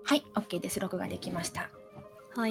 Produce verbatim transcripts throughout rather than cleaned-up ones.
はい、OK です。録画できました。 はい。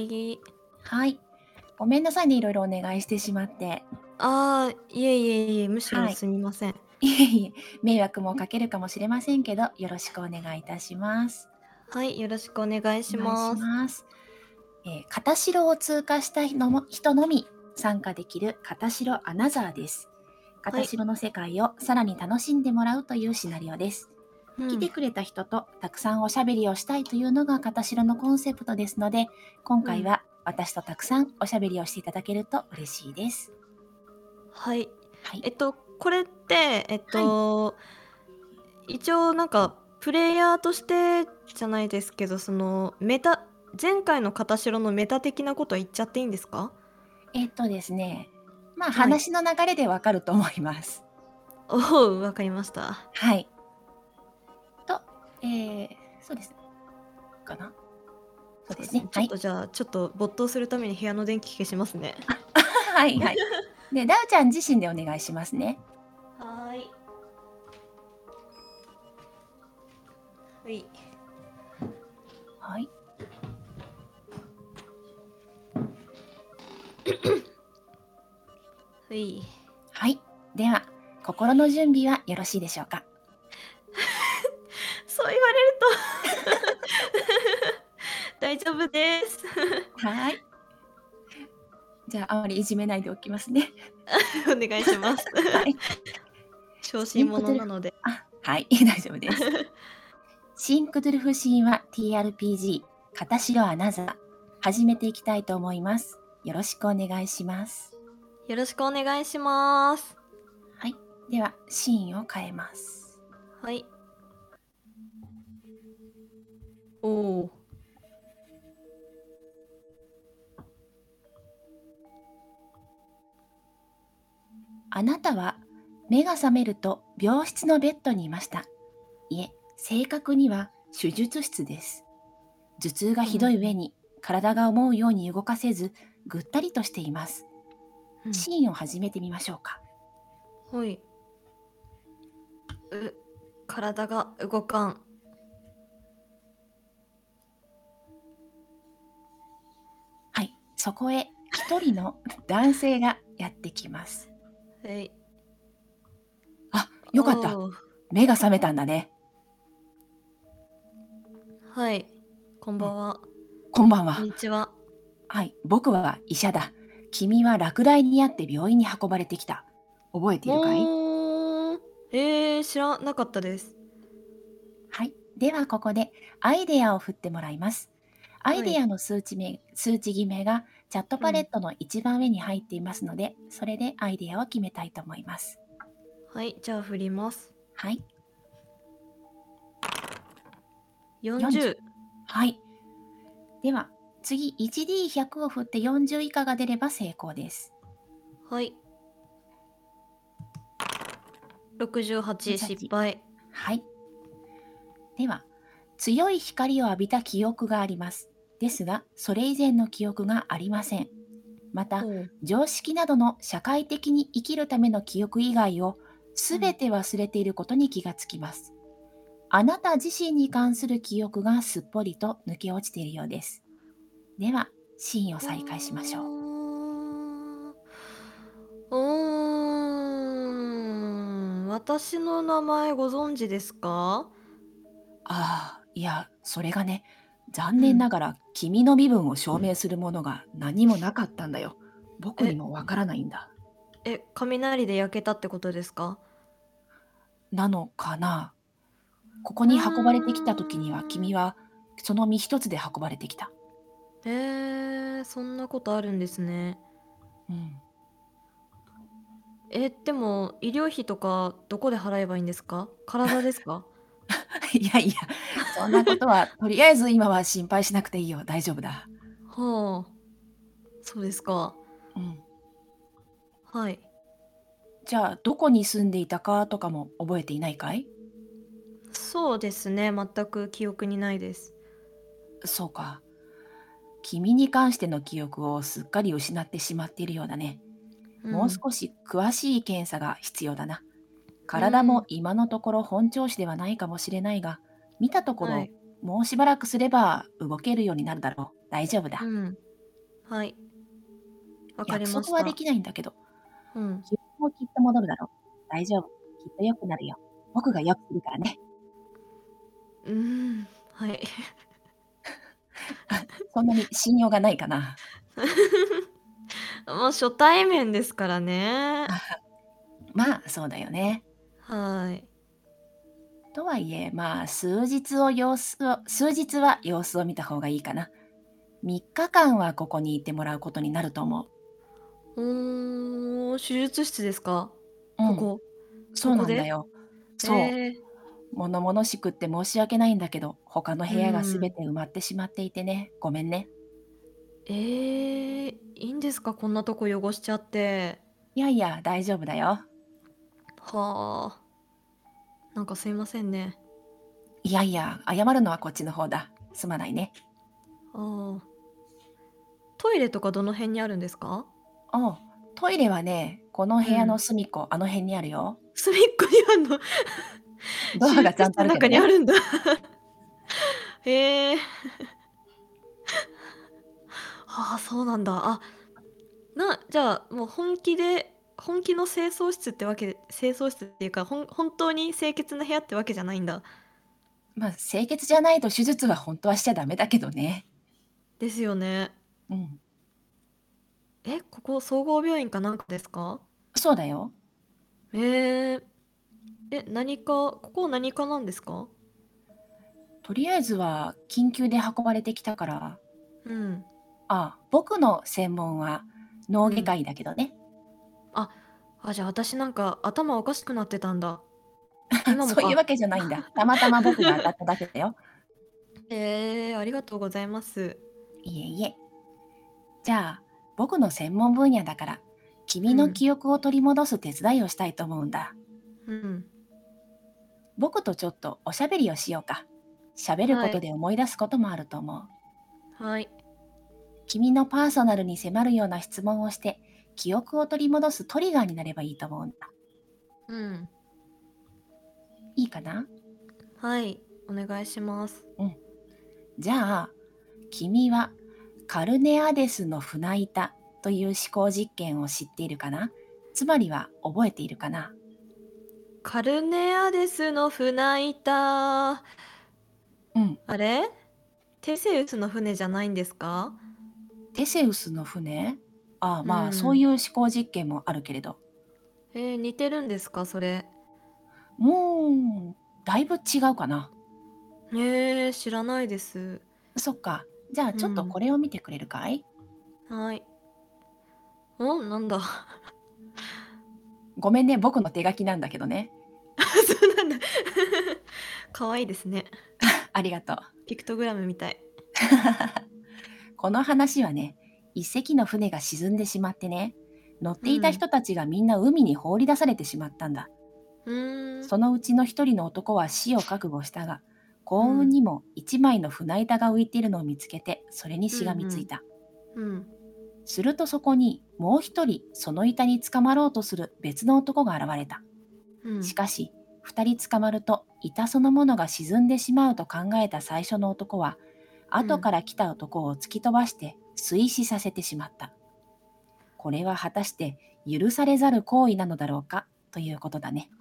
はい。ごめんなさいね、いろいろお願いしてしまって。 ああ、いえいえいえ、むしろはい。 すみません。 いえいえ、迷惑もかけるかもしれませんけど、よろしくお願いいたします。 はい、よろしくお願いしお願いします。 ます。えー、片城を通過した人の人のみ参加できる片城アナザーです。 はい。 片城の世界をさらに楽しんでもらうというシナリオです。 うん。 来てくれた人とたくさんおしゃべりをしたいというのが片城のコンセプトですので、今うん。 回は私とたくさんおしゃべりをしていただけると嬉しいです。 はい。 はい。 えっと、これって、えっはい。 と、一応なんかプレイヤーとしてじゃないですけど、そのメタ前回の片白のメタ的なことは言っちゃっていいんですか？ えっとですね、まあはい。 話の流れでわかると思います。 おお、わかりました。 はい。と、えー、そうです。かなそうですね。 そうですね。ちはい。 ょっとじゃあ、ちょっと没頭するために部屋の電気消しますね。 はいはい。で、ダウちゃん自身でお願いしますね。 はーい。はい。 はい。 はい。 はい。では、心の準備はよろしいでしょうか。 そう言われると大丈夫です。 はい。じゃあ、あまりいじめないでおきますね。 お願いします。 はい。 小心シンクトゥルフ、 者なので。 あ、はい、大丈夫です。シンクトゥルフ神話 ティーアールピージー 片白アナザー始めていきたいと思います。よろしくお願いします。 よろしくお願いします。 はい。では、シーンを変えます。 はい。おお。 あなたは目が覚めると病室のベッドにいました。いえ、正確には手術室です。頭痛がひどうん。 い上に体が思うように動かせずぐったりとしています。 うん。 シーンを始めてみましょうか。 はい。う、体が動かん。 はい、そこへ一人の男性がやってきます。 はい。 あ、よかった。 おお。 目が覚めたんだね。 はい。こんうん、 ばんは。こんこんばんは。 にちは。 はい、僕は医者だ。君は落第にあって病院に運ばれてきた。覚えているかい？ ほーん。えー、知らなかったです。 はい。ではここでアイデアを振ってもらいます。アイはい。 デアの数値名数値決めがチャットパレうん。 ットの一番上に入っていますので、それでアイデアを決めたいと思います。 はい、じゃあ振ります。 はい。よんじゅう。 よんじゅう。 はい。では次 いちディーひゃく を振ってよんじゅう以下が出れば成功です。 はい。ろくじゅうはち失ろくじゅうはち。 敗。 はい。では強い光を浴びた記憶があります。ですが、それ以前の記憶がありません。また、 ほう。 常識などの社会的に生きるための記憶以外をすべうん。 て忘れていることに気がつきます。あなた自身に関する記憶がすっぽりと抜け落ちているようです。では、シーンをうー再開しましょう。 ん。うーん。私の名前ご存知ですか？ ああ、いや、それがね、残うん。 念ながら君の身分を証明するものが何もなかったんだよ。僕にえ、 もわからないんだ。 え、雷で焼けたってことですか？ なのかな。ここうに運ばれてきた時にはーん。 君はその身一つで運ばれてきた。 えー、そんなことあるんですね。 うん。 え、でも、医療費とかどこで払えばいいんですか？体ですか？ いやいや、そんなことはとりあえず今は心配しなくていいよ。大丈夫だ。 はあ、そうですか。 うん。 はい。 じゃあ、どこに住んでいたかとかも覚えていないかい？ そうですね、全く記憶にないです。 そうか。君に関しての記憶をすっかり失ってしまっているようだね。 うん。 もう少し詳しい検査が必要だな。 う体もん。 今のところ本調子ではないかもしれないが、見たところ、 はい。 もうしばらくすれば動けるようになるだろう。大丈夫だ。 うん。はい。わかり約ました。 束はできないんだけど、 うん。 記憶もきっと戻るだろう。大丈夫。きっと良くなるよ。僕がよくするからね。 うーん。はい。 そんなに信用がないかな。 もう初対面ですからね。 まあ、そうだよね。 はい。 とはいえ、まあ、数日を様子を、数日は様子を見た方がいいかな。みっかかんはここにいてもらうことになると思うーん、手術室ですか？ う。うん、 ここそうここで？ なんだよ。そええ。 う。物々しくって申し訳ないんだけど、他のう部屋がすべん。 て埋まってしまっていてね。ごめんね。 ええ、いいんですか？こんなとこ汚しちゃって。 いやいや、大丈夫だよ。 はあ。なんかすいませんね。 いやいや、謝るのはこっちの方だ。すまないね。 ああ。トイレとかどの辺にあるんですか？ おう、トイレはね、この部屋のうん。 隅っこ、あの辺にあるよ。 隅っこにあんの？手ドアがちゃんと術室のあるけどね。 中にあるんだ。へえ。はあ、そうなんだ。あ、なじゃあ、もう本気で本気の清掃室ってわけで清掃室っていうか、ほん本当に清潔な部屋ってわけじゃないんだ。 まあ、清潔じゃないと手術は本当はしちゃダメだけどね。 ですよね。 うん。 え、ここ総合病院かなんかですか？ そうだよ。 へえ。え、何かここ何科なんですか？ とりあえずは緊急で運ばれてきたから、 うん、 あ、僕の専門は脳うん。 外科医だけどね。 あ、あ、じゃあ私なんか頭おかしくなってたんだ。今もか。 そういうわけじゃないんだ。たまたま僕が当たっただけだよ。 ええ、ありがとうございます。 いえいえ。じゃあ、僕の専門分野だから、君のうん、 記憶を取り戻す手伝いをしたいと思うんだ。 うん。 僕とちょっとおしゃべりをしようか。喋るはい、 ことで思い出すこともあると思う。 はい。 君のパーソナルに迫るような質問をして、記憶を取り戻すトリガーになればいいと思うんだ。 うん。 いいかな？ はい、お願いします。 うん。じゃあ、君はカルネアデスの船板という思考実験を知っているかな？つまりは覚えているかな？ カルネアデスの船板。 うん。 あれ？テセウスの船じゃないんですか？ テセウスの船？ああ、 うまあそういん。 う思考実験もあるけれど。 えー、似てるんですか？それ。 もう、だいぶ違うかな。 えー、知らないです。 そっか。じゃあちょっとうん。 これを見てくれるかい？ はい。お、なんだ。 ごめんね、僕の手書きなんだけどね。 そうなんだ。可愛いですね。 ありがとう。 ピクトグラムみたい。 この話はね、一隻の船が沈んでしまってね、乗っていたうん。 人たちがみんな海に放り出されてしまったんだ。 うーん。 そのうちの一人の男は死を覚悟したが、幸運うん。 にも一枚の船板が浮いているのを見つけて、それにうんしがみうん。 ついた。 うん。 するとそこにもう一人その板に捕まろうとする別の男が現れた。 うん。 しかし、二人捕まると板そのものが沈んでしまうと考えた最初の男は、後かうん。 ら来た男を突き飛ばして水死させてしまった。これは果たして許されざる行為なのだろうかということだね。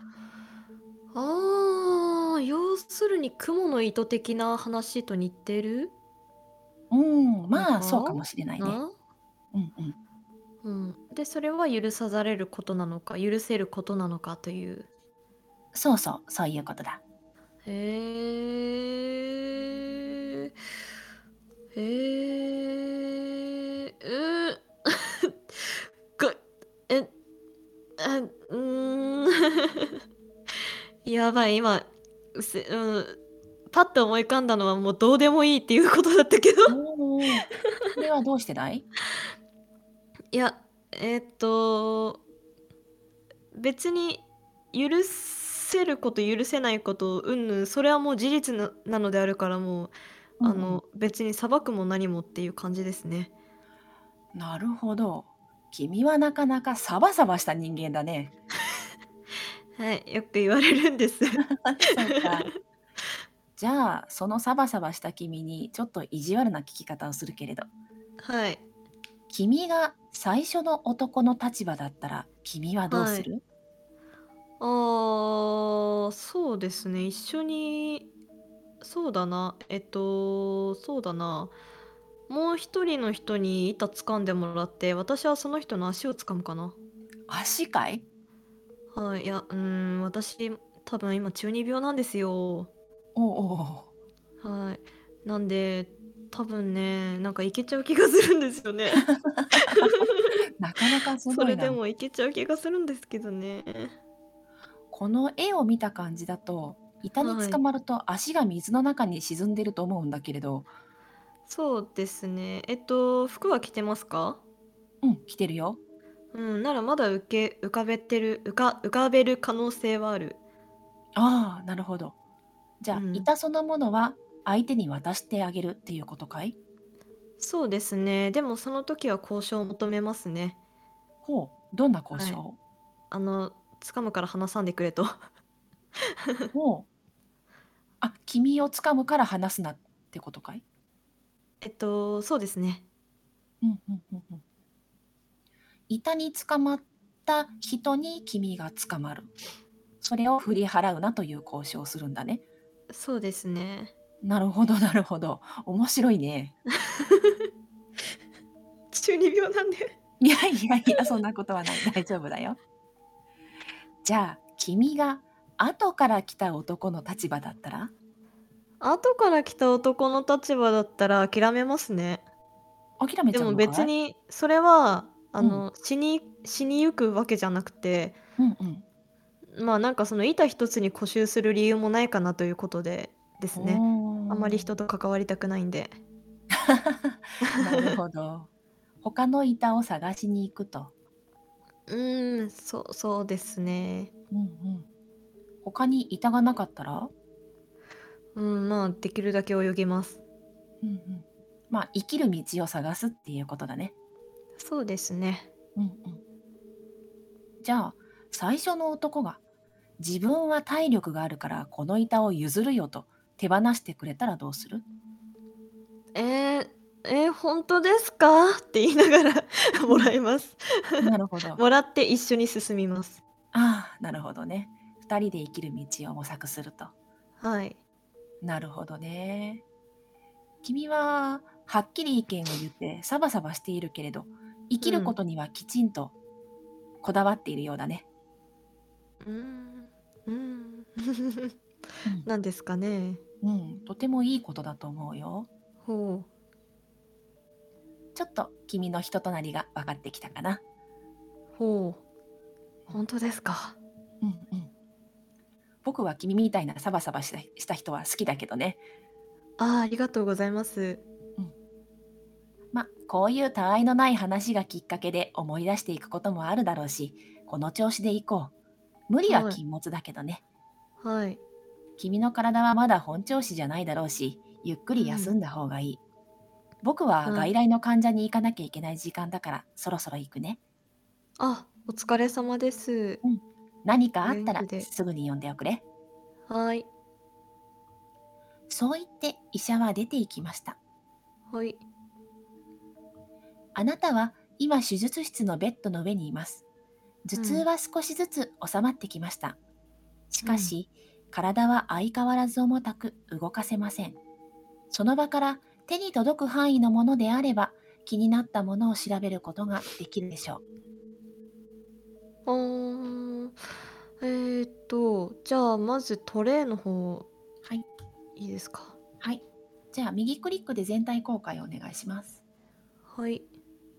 ああ、要するに雲の糸的な話と似てるうーん、 のかまあそうかもしれないね。 な。 うんうん。 うん。で、それは許さざれることなのか、許せることなのかという。 そうそう、そういうことだ。 へえ。へえ。うこえ、あ、うーん。やばい、今、うせうん、パッと思い浮かんだのはもうどうでもいいっていうことだったけど。 おお、それはどうしてだい？ いや、えーっと、別に許せること許せないことうんぬん、それはもう事実ななのであるから、もう、 うんうん。 あの、別に裁くも何もっていう感じですね。 なるほど。君はなかなかサバサバした人間だね。 はい、よく言われるんです。 そうか。 じゃあ、そのサバサバした君にちょっと意地悪な聞き方をするけれど、 はい。 君が最初の男の立場だったら、君はどうはい。 する？ ああ、そうですね。一緒に、そうだな。えっと、そうだな。もう一人の人に板掴んでもらって、私はその人の足を掴むかな。 足かい？ はい。いや、うーん、私、多分今中二病なんですよ。 おうおうおう。 はい。なんで、多分ね、なんかいけちゃう気がするんですよね。 なかなかすそごいな。 れでもいけちゃう気がするんですけどね。 この絵を見た感じだと、板にはい。 捕まると足が水の中に沈んでると思うんだけれど、 そうですね。えっと、服は着てますか？ うん、来てるよ。 うん、ならまだ浮け浮かべてる浮か浮かべる可能性はある。 ああ、なるほど。じゃあ、 うん。 板そのものは相手に渡してあげるっていうことかい？ そうですね。でもその時は交渉を求めますね。 ほう、どんな交はい。 渉？ あの、掴むから離さんでくれと。 ほう。あ、君を掴むから離すなってことかい？ えっと、そうですね。 うんうんうんうん。板に捕まった人に君が捕まる。それを振り払うなという交渉をするんだね。 そうですね。 なるほどなるほど。面白いね。 中二病なんで。 いやいやいや、そんなことはない。大丈夫だよ。じゃあ、君が後から来た男の立場だったら？ 後から来た男の立場だったら諦めますね。 諦めでもちゃうのかい？ 別にそれは、あうん。 の、死に死にゆくわけじゃなくて、 うんうん。 まあ、なんかその板一つに固執する理由もないかなということでですほね。あんまりー。 人と関わりたくないんで。 なるほど。他の板を探しに行くと。 うーん、そうそうですね。 うんうん。他に板がなかったら？ うん、まあ、できるだけ泳げます。 うんうん。まあ、生きる道を探すっていうことだね。 そうですね。 うんうん。じゃあ、最初の男が自分は体力があるからこの板を譲るよと手放してくれたらどうする？ えー、えー、本当ですかって言いながらもうん。 らいます。 なるほど。 もらって一緒に進みます。 ああ、なるほどね。二人で生きる道を模索すると。 はい。 なるほどね。君ははっきり意見を言ってサバサバしているけれど、生きるこうん。 とにはきちんとこだわっているようだね。 うーん。うーん。 うん。 なんですかね。 うん、とてもいいことだと思うよ。 ほう。 ちょっと君の人となりが分かってきたかな。 ほう。本当ですか。 うんうん。僕は君みたいなサバサバしたした人は好きだけどね。 ああ、ありがとうございます。 うん。ま、こういうたわいのない話がきっかけで思い出していくこともあるだろうし、この調子でいこう。無理ははい。 禁物だけどね。 はい。 君の体はまだ本調子じゃないだろうし、ゆっくうん。 り休んだ方がいい。僕ははい。 外来の患者に行かなきゃいけない時間だからそろそろ行くね。 あ、お疲れ様です。 うん。何かおあったら元気で。 すぐに呼んでおくれ。 はい。 そう言って医者は出て行きました。 はい。 あなたは今手術室のベッドの上にいます。頭痛うん。 は少しずつ収まってきました。しうん。 かし、体は相変わらず重たく動かせません。その場から手に届く範囲のものであれば、気になったものを調べることができるでしょう。 あー、えーっと、じゃあまずトレイの方、 はい。 いいですか。 はい。じゃあ、右クリックで全体公開をお願いします。 はい。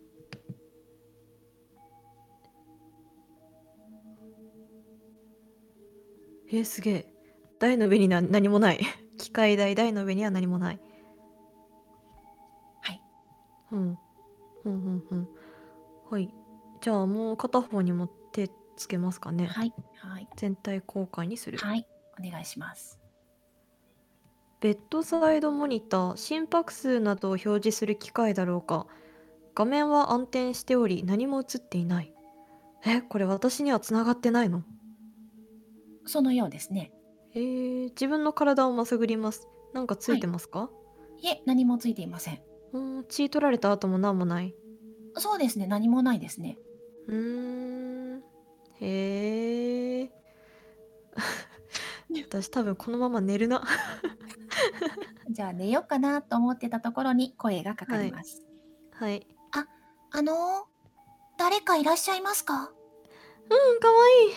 えー、すげえ。台の上にな何もない。機械台、台の上には何もない。 はい。 うん。うんうんうん。はい。じゃあもう片方にも手つけますかね。 はい。はい。 全体公開にする。 はい。お願いします。 ベッドサイドモニター、心拍数などを表示する機械だろうか。画面は暗転しており何も映っていない。え、これ私にはつながってないの？ そのようですね。 へえ、自分の体をまさぐります。なんかついてはい。 ますか？ いえ、何もついていません。 うーん、血取られた跡もなんもない。 そうですね、何もないですね。 うーん。へえ。私多分このまま寝るな。 じゃあ寝ようかなと思ってたところに声がかかはい。 ります。 はい。 あ、あの、誰かいらっしゃいますか？ うん、かわいい。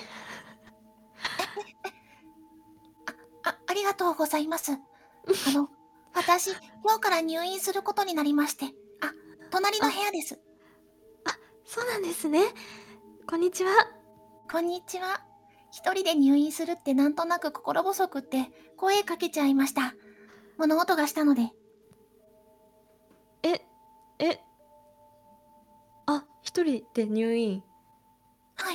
あ、ありがとうございます。あの、私、今日から入院することになりまして。あ、隣の部あ、 屋です。 あ、そうなんですね。こんにちは。 こんにちは。一人で入院するってなんとなく心細くって声かけちゃいました。物音がしたので。 え、え、あ、一人で入院。 はい。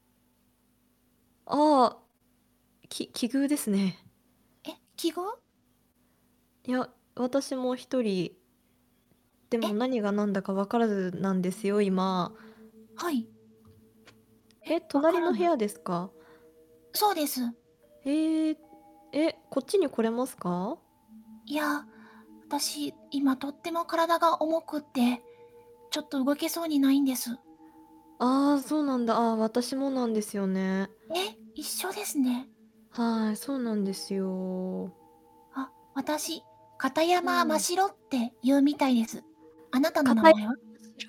ああ、き奇遇ですね。 え、奇遇？ いや、私も一人、でえ、 も何が何だか分からずなんですよ、今。 はい。え、 え、 わからない。 隣の部屋ですか？ そうです。 えー、え、こっちに来れますか？ いや、私、今とっても体が重くって、ちょっと動けそうにないんです。 ああー、そうなんだ。ああ、私もなんですよね。 え、一緒ですね。 はい、そうなんですよ。 あ、私、片山真うん。 白って言うみたいです。あなたの名硬い。 前は？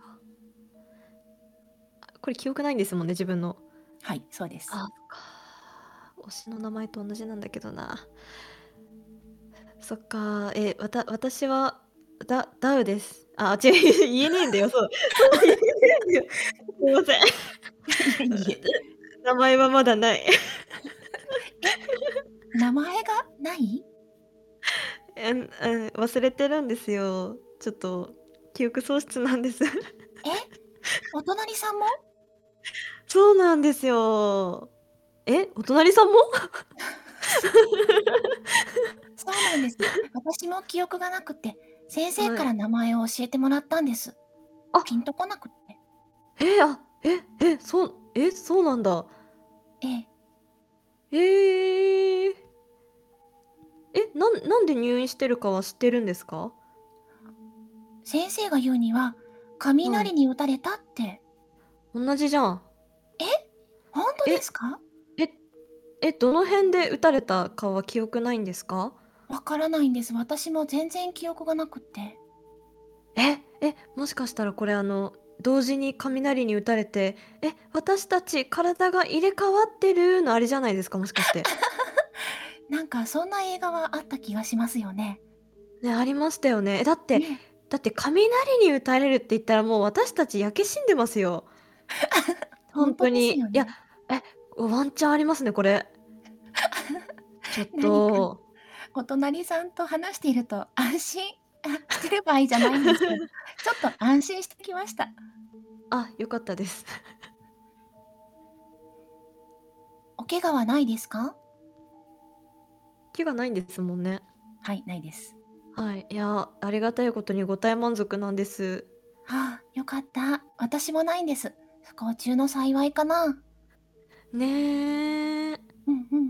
これ記憶ないんですもんね、自分の。 はい、そうです。 あ、そっか。推しの名前と同じなんだけどな。そっか。え、わた、私は、ダ、ダウです。あ、違う、言えねえんだよ。そう。そう言えねえんだよ。すいません。 いえいえ。 名前はまだない。 え、名前がない？ えん、うん、忘れてるんですよ。ちょっと、記憶喪失なんです。 え、お隣さんも？ そうなんですよ。え、お隣さんも？ そうなんです。私も記憶がなくて、先生はい。 から名前を教えてもらったんです。 あ、 ピンとこなくって。 え、あ、え、え、そう、え、そうなんだ。 ええ、 ええ。え、なん、なんで入院してるかは知ってるんですか？ 先生が言うには、 はい。 雷に打たれたって。 同じじゃん。 え、本当でえ、 すか？ え、え、どの辺で撃たれたかは記憶ないんですか？ わからないんです。私も全然記憶がなくって。 え、え、もしかしたらこれあの、同時に雷に打たれて、え、私たち体が入れ替わってるのあれじゃないですか、もしかして。 なんかそんな映画はあった気がしますよね。 ね、ありましたよね。え、だって、 ね、 だって雷に打たれるって言ったらもう私たち焼け死んでますよ。本本当です当に。いや、 よね。 え、ワンチャンありますね、これ。ちょっ何かと、 お隣さんと話していると安心あ、してる場合じゃないんですけど、ちょっと安心してきました。 あ、よかったです。 お怪我はないですか？ 気がないんですもんね。 はい、ないです。 はい。いや、ありがたいことにご体満足なんです。 はあ、よかった。私もないんです。不幸中の幸いかな。 ねえ。 うんうん。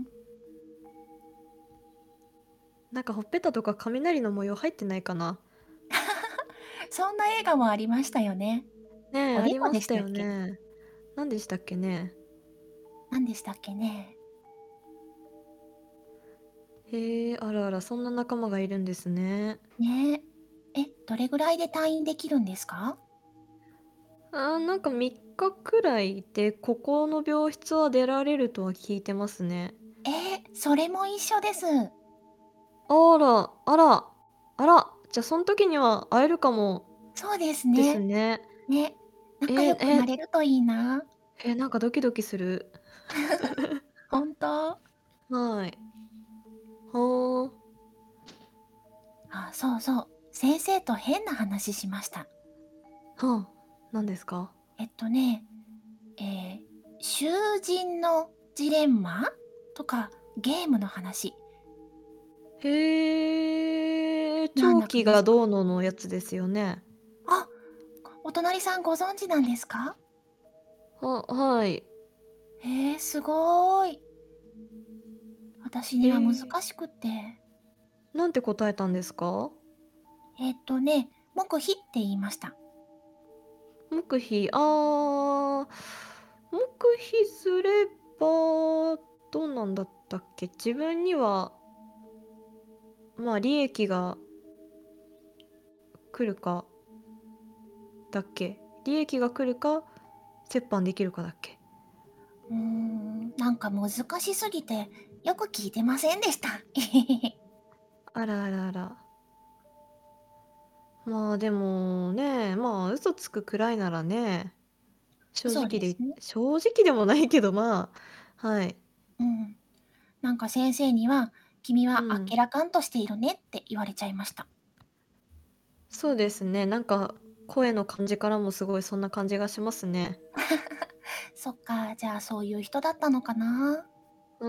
なんかほっぺたとか雷の模様入ってないかな。 そんな映画もありましたよね。 ねえ、あおでこりましたよでしたっけ？ ね。何でしたっけね。 何でしたっけね。 へえ、あらあら、そんな仲間がいるんですね。 ねえ。え、どれぐらいで退院できるんですか？ あー、なんかみっかくらいで、ここの病室は出られるとは聞いてますね。 えー、それも一緒です。 あら、あら、あら、じゃあその時には会えるかもそうですですね。 ね。 ね。仲え、 良くなえ、 れるといいな。 え、なんかドキドキする。 本当？ はい。ほー。 あ、そうそう。先生と変な話しました。 はあ、何ですか？ えっとね、えー、囚人のジレンマとかゲームの話。 へえ、 なん長期がだかですか？ どうののやつですよね。 あ、お隣さんご存知なんですか？ は、はい。 へえ、すごーい。 私えには難ー、 しくって。 なんて答えたんですか？ えっとね、黙秘って言いました。 黙秘、あー、黙秘すれば、どうなんだったっけ？自分には、まあ、利益が来るかだっけ？利益が来るか、折半できるかだっけ？ うーん、なんか難しすぎて、よく聞いてませんでした。 あらあらあら。まあでもね、まあ嘘つくくらいならね、正そう直で、 ですね。 正直でもないけどまあ、はい。 うん。なんか先生には、君はあっうん。 けらかんとしているねって言われちゃいました。 そうですね。なんか声の感じからもすごいそんな感じがしますね。 そっか、じゃあそういう人だったのかな。 うん。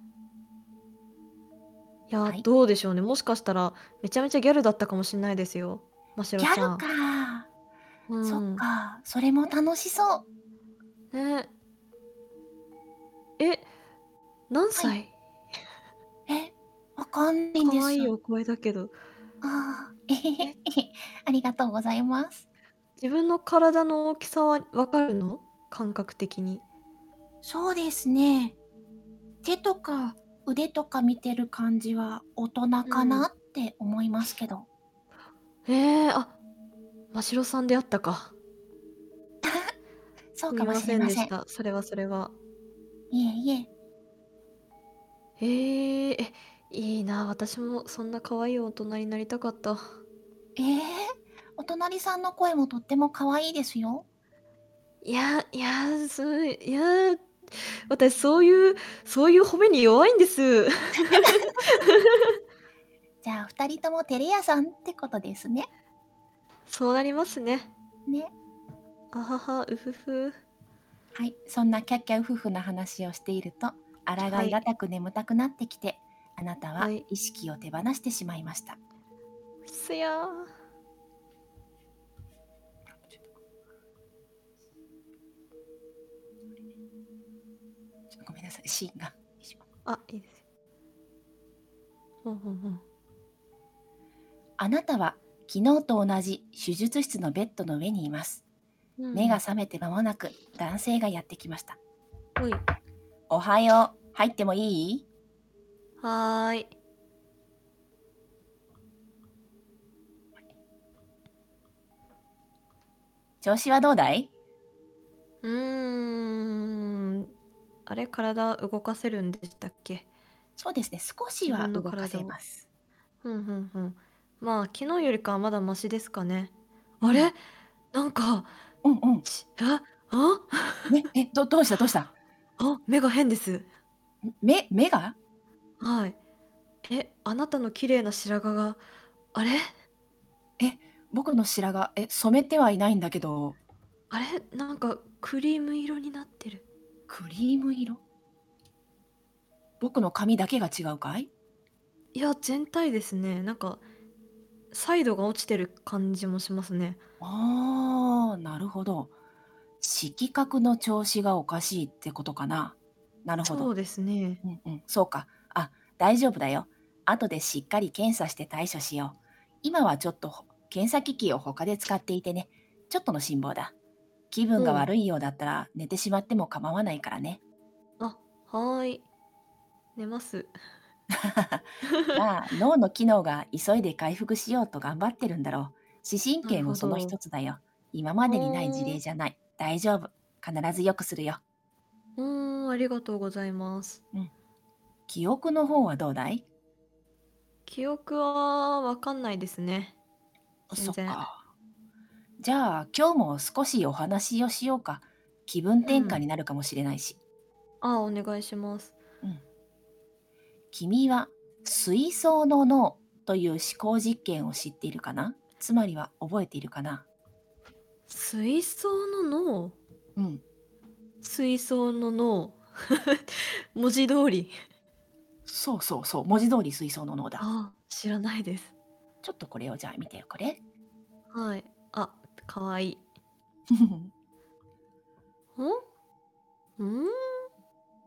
いや、 はい。 どうでしょうね。もしかしたらめちゃめちゃギャルだったかもしんないですよ。ましろギャルちゃん。 か。そっうん。 か、それも楽しそう。 ね。え、何はい。 歳？ え、わかんないんです。 可愛いお声だけど。 ああ、えへへえ、 へ。ありがとうございます。 自分の体の大きさはわかるの？感覚的に。 そうですね。手とか腕とか見てる感じは大人うん。 かなって思いますけど。 えー、あ、ましろさんであったか。 そうかもすみませんしれません。 でした。それはそれは。 いえいえ。 えー、え、いいな。私もそんな可愛い大人になりたかった。 ええ、お隣さんの声もとっても可愛いですよ。 いや、いや、そう、いや、私そういう、そういう褒めに弱いんです。 じゃあ二人とも照れ屋さんってことですね。 そうなりますね。 ね。 あはは、うふふ。 はい。そんなキャッキャウフフな話をしていると、抗はい、 いがたく眠たくなってきて、あなたははい。 意識を手放してしまいました。 すやー。 ちょっとごめんなさい、シーンが。よいしょ。 あ、いいですよ。ほんほんほん。 あなたは昨日と同じ手術室のベッドの上にいます。目がうん。 覚めて間もなく男性がやってきました。 ほい。 おはよう。入ってもいい？ はーい。 調子はどうだい？ うーん。あれ、体動かせるんでしたっけ？ そうですね。少し自分のは動か体を。 せます。 ふんふんふん。まあ、昨日よりかはまだマシですかね。 うん。 あれ、なんか、 うんうん。 ちあ、あね、え、ど、どうしたどうした？ あ、目が変です。 目、目が？ はい。え、あなたの綺麗な白髪が、あれえ、僕の白髪、え、染めてはいないんだけど、 あれなんかクリーム色になってる。 クリーム色？僕の髪だけが違うかい？ いや、全体ですね。なんか、サイドが落ちてる感じもしますね。 ああ、なるほど。色覚の調子がおかしいってことかな。なるほど。 そうですね。 うんうん、そうか。あ、大丈夫だよ。後でしっかり検査して対処しよう。今はちょっとほ検査機器を他で使っていてね。ちょっとの辛抱だ。気分がほう。 悪いようだったら寝てしまっても構わないからね。 あ、はーい。寝ます。 まあ、脳の機能が急いで回復しようと頑張ってるんだろう。視神なる経もそのほど。 一つだよ。今までにない事ほーん。 例じゃない。大丈夫。必ず良くするよ。 うーん、ありがとうございます。 うん。記憶の方はどうだい？ 記憶はわかんないですね。全そっ然。 か。じゃあ、今日も少しお話をしようか。気分転換うん。 になるかもしれないし。 あ、お願いします。 うん。君は水槽の脳という思考実験を知っているかな？つまりは覚えているかな？ 水槽の脳？ うん。 水槽の脳。文字通り。 そうそうそう。文字通り水槽の脳だ。 あ、知らないです。 ちょっとこれをじゃあ見てよ、これ。 はい。あ、かわいい。んん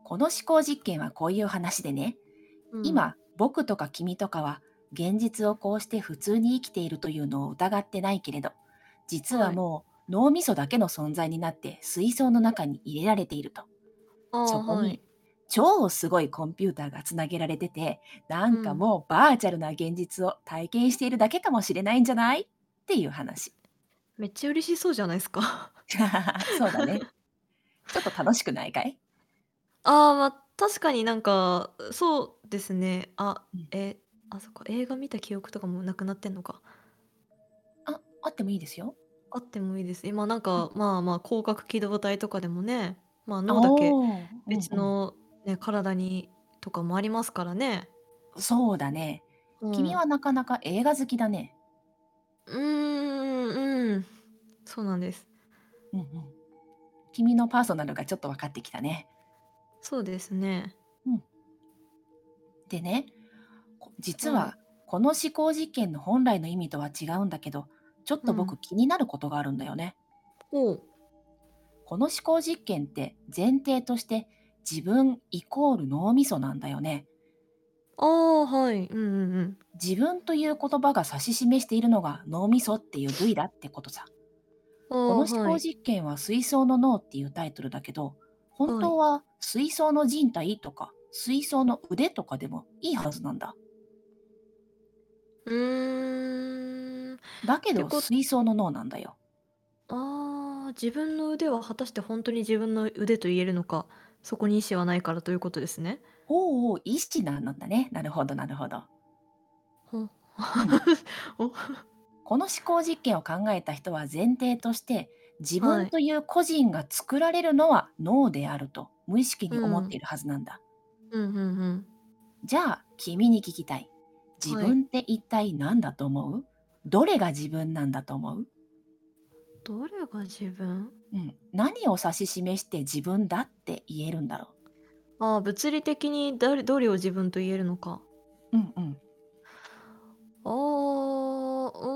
この思考実験はこういう話でね、 うん。 今、僕とか君とかは、現実をこうして普通に生きているというのを疑ってないけれど、実ははい。 もう脳みそだけの存在になって水槽の中に入れられていると。 ああ、 そこにはい。 超すごいコンピューターがつなげられてて、なんかうん。 もうバーチャルな現実を体験しているだけかもしれないんじゃないっていう話。 めっちゃ嬉しそうじゃないですか。 そうだね。ちょっと楽しくないかい？ ああ、ま、確かになんか、そうですね。あ、 うん。 え、あ、そっか、映画見た記憶とかもなくなってんのか。 あ、あってもいいですよ。 あってもいいです。今なんうん。 か、まあまあ、広角機動隊とかでもね、まあ、 あ脳だけあ、うんうん。 別のね、体にとかもありますからね。 そうだね。 うん。 君はなかなか映画好きだね。 うーん、うん。そうなんです。 うんうん。君のパーソナルがちょっと分かってきたね。 そうですね。 うん。でね、こ実はい。 はこの思考実験の本来の意味とは違うんだけど、ちょっとうん。 僕気になることがあるんだよね。 ほう。 この思考実験って前提として自分イコール脳みそなんだよね。 ああ、はい。うんうんうん。 自分という言葉が指し示しているのが脳みそっていう部位だってことさ。 ああ、 この思はい。 考実験は水槽の脳っていうタイトルだけど、本はい。 当は水槽の人体とか水槽の腕とかでもいいはずなんだ。 うーん。っだけどてこ水槽の脳なんだよ。 ああ、自分の腕は果たして本当に自分の腕と言えるのか、そこに意思はないからということですね。 おうおう、意志なんだね。なるほど、なるほど。 ほうん。 お、 この思考実験を考えた人は前提として、自はい。 分という個人が作られるのは脳であると無意識うに思ってん。 いるはずなんだ。 うんうんうん。 じゃあ、君に聞きたい。自はい。 分って一体何だと思う？どれが自分なんだと思う？ どれが自分？ うん。何を指し示して自分だって言えるんだろああ、物理的に誰どれを自分と言えるのか。 う？うんうん。 ああ、う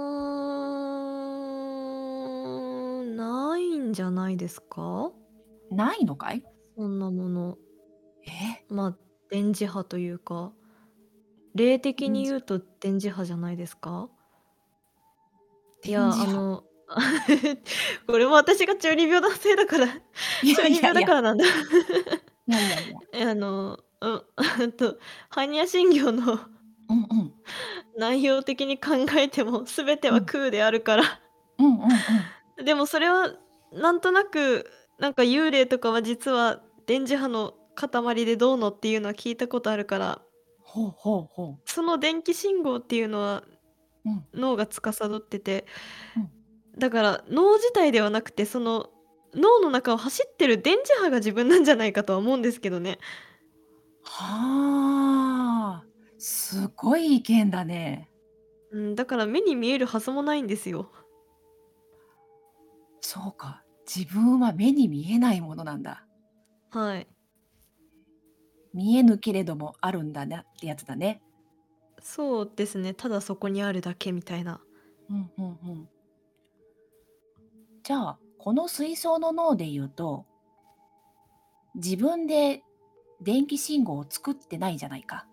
ーん、ないんじゃないですか？ ないのかい？ そんなもの。 え？ まあ、電磁波というか、霊的電磁波。 に言うと電磁波じゃないですか？いや、 電磁波。 あの、これも私が中二病なせいだからいや中二いやいや、 病だからなんだ。 いやいやいや。 え、あの、うん、うんと、般若心経のうんうん。 内容的に考えても全てうん。 は空であるから。 うんうんうん。 でもそれはなんとなく、なんか幽霊とかは実は電磁波の塊でどうのっていうのは聞いたことあるから、 ほうほうほう。 その電気信号っていうのはうん、 脳が司ってて、 うん。 だから脳自体ではなくて、その脳の中を走ってる電磁波が自分なんじゃないかとは思うんですけどね。 はあ、すごい意見だね。 うん、だから目に見えるはずもないんですよ。 そうか、自分は目に見えないものなんだ。 はい。 見えぬけれどもあるんだなってやつだね。 そうですね、ただそこにあるだけみたいな。 うんうんうん。じゃあ、この水槽の脳で言うと、自分で電気信号を作ってないじゃないか。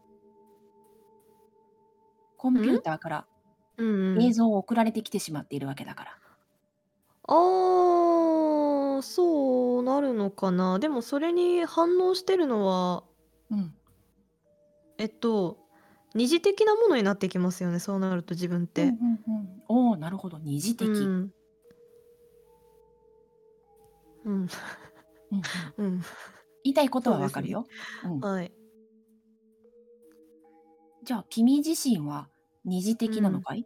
コンピューん？ ターからうんうん。 映像を送られてきてしまっているわけだから。 ああ、そうなるのかな。でもそれに反応してるのは、 うん。 えっと、二次的なものになってきますよね、そうなると自分っうんうて。 んうん。おお、なるほど、二次的。 うん。うん。 うんうん。 うん。 言いたいことはそうですね。 わかるよ。うん。 はい。 じゃあ、君自身は二次うん。 的なのかい？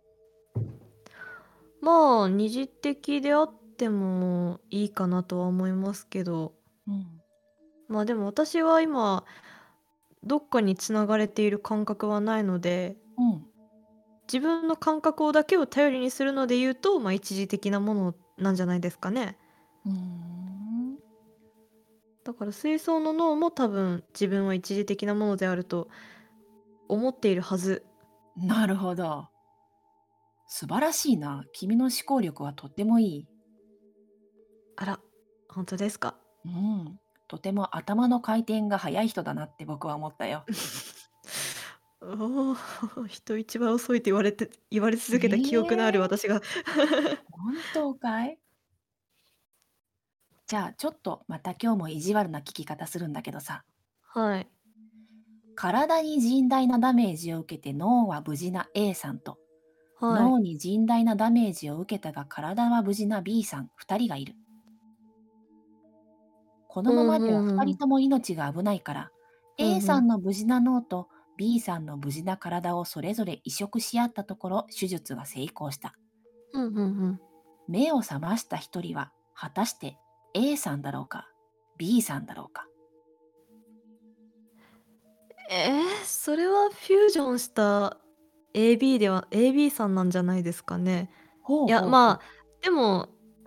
まあ、二次的であってもいいかなとは思いますけど、 うん。 まあ、でも私は今、どっかに繋がれている感覚はないので、 うん。 自分の感覚をだけを頼りにするので言うと、まあ、一時的なものなんじゃないですかね。 うーん。 だから水槽の脳も多分自分は一時的なものであると思っているはず。 なるほど。素晴らしいな。君の思考力はとってもいい。 あら、本当ですか。 うん。 とても頭の回転が速い人だなって僕は思ったよ。 おお、人一番遅いって言われて言われ続けた記憶のあるええ、 私が。 本当かい？じゃあちょっとまた今日も意地悪な聞き方するんだけどさ、 はい。 体に甚大なダメージを受けて脳は無事な A さんと、 はい。 脳に甚大なダメージを受けたが体は無事な B さんふたりがいる。このうん、 ままでは2 ふんふんふん。 人とも命が危ないから、 ふん A ふん。 さんの無事な脳と B さんの無事な体をそれぞれ移植し合ったところ手術が成功した。 ふんふんふん。 目を覚ました一人は果たして A さんだろうか B さんだろうか。 ええ、それはフュージョンした エービー では エービー さんなんじゃないですかね。 ほういや、 ほうほう。 まあ、でも、う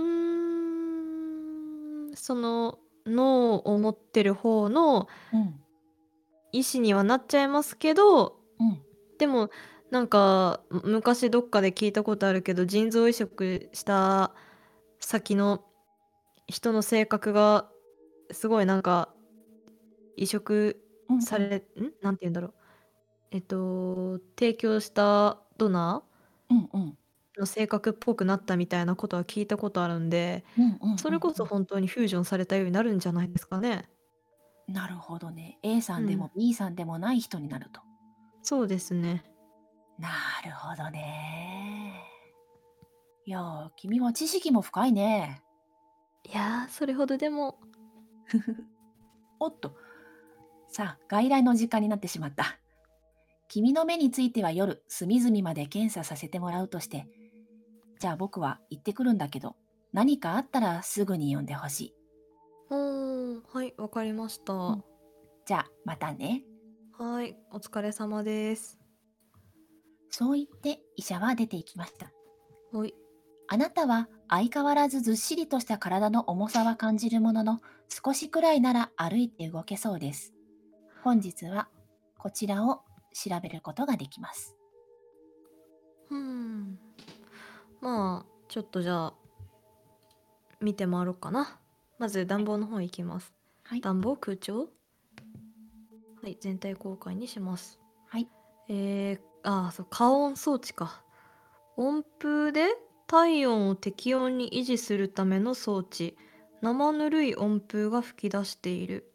ーん、その脳を持ってる方のうん、 意思にはなっちゃいますけど、 うん、 でもなんかむ昔どっかで聞いたことあるけど、腎臓移植した先の人の性格がすごいなんか移植うん、うん、 されん？なんて言うんだろう。えっと、提供したドナうん、うん、 ーの性格っぽくなったみたいなことは聞いたことあるんで、 うん、うん、 それこうん。 そ本当にフュージョンされたようになるんじゃないですかね。 なるほどね。A さうん。 んでも B さんでもない人になると。 そうですね。 なるほどね。いやー、君は知識も深いね。 いやー、それほどでも。 おっと、さあ、外来の時間になってしまった。君の目については夜、隅々まで検査させてもらうとして、じゃあ僕は行ってくるんだけど、何かあったらすぐに呼んでほしい。 うーん、はい、わかりました。 うん。じゃあ、またね。 はい、お疲れ様です。 そう言って医者は出て行きました。 はい。 あなたは相変わらずずっしりとした体の重さは感じるものの、少しくらいなら歩いて動けそうです。本日はこちらを調べることができます。 うーん。まあ、ちょっとじゃあ、見て回ろうかな。まずはい。 暖房の方行きます。 はい。 暖房空調はい、全体公開にします。 はい。 えー、ああ、そう、加温装置か。温風で体温を適温に維持するための装置。生ぬるい温風が吹き出している。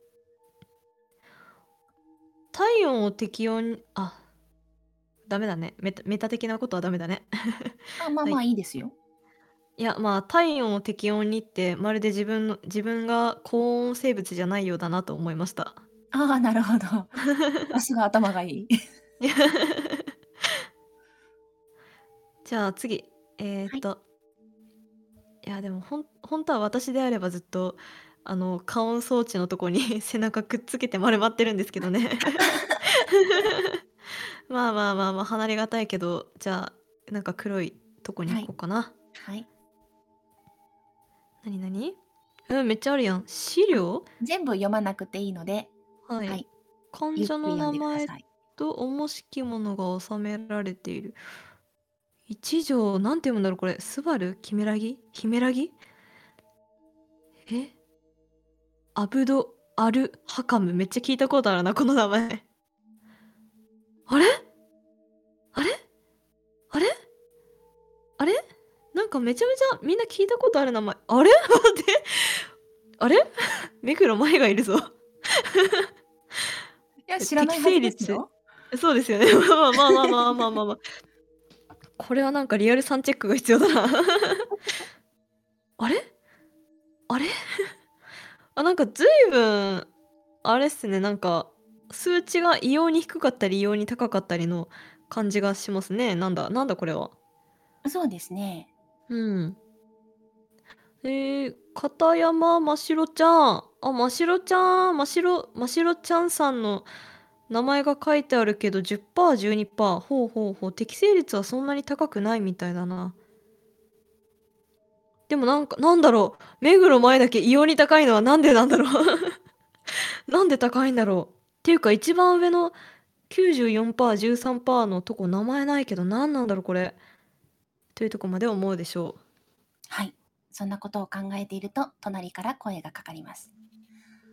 体温を適温に、あ、ダメだね。メタ、メタ的なことはダメだね。 あ、まあはい。 まあいいですよ。 いや、まあ、体温を適温にって、まるで自分の、自分が高温生物じゃないようだなと思いました。 ああ、なるほど。さすが頭がいい。 じゃあ次。えーっはい。 と、いや、でもほん、本当は私であればずっと、あの、加温装置のとこに背中くっつけて丸まってるんですけどね。まあまあまあまあ、離れがたいけど、じゃあ、なんか黒いとこにはい。 行こうかな。 はい。 なになにうん、めっちゃあるやん。資あ、 料全部読まなくていいので、 はい。 はい。 患者のゆっくり読ん名前でください。 と重しきものが収められている。一条、なんて読むんだろうこれ。スバルキメラギヒメラギえアブド・アル・ハカム。めっちゃ聞いたことあるな、この名前。あれあれあれあれなんかめちゃめちゃみんな聞いたことある名前。あれ待って。あれ目黒前がいるぞ。 いや、知らな適いはず正率。 ですよ。 そうですよね。まあまあまあまあまあまあまあ。これはなんかリアルさんチェックが必要だな。あれあれあ、なんかずいぶん、あれっすね、なんか、数値が異様に低かったり異様に高かったりの感じがしますね。なんだなんだこれは。 そうですね。 うん。えー、片山ましろちゃん。あ、ましろちゃん、ましろ、ましろちゃんさんの名前が書いてあるけどじゅっパーセント、じゅうにパーセント。ほうほうほう。適正率はそんなに高くないみたいだな。でもなんか、なんだろう。目黒前だけ異様に高いのはなんでなんだろう。なんで高いんだろう。っていうか一番上のきゅうじゅうよんパーセント、じゅうさんパーセントのとこ名前ないけど何なんだろうこれ。というとこまで思うでしょはい。そんなことを考えていると、隣から声がかかります。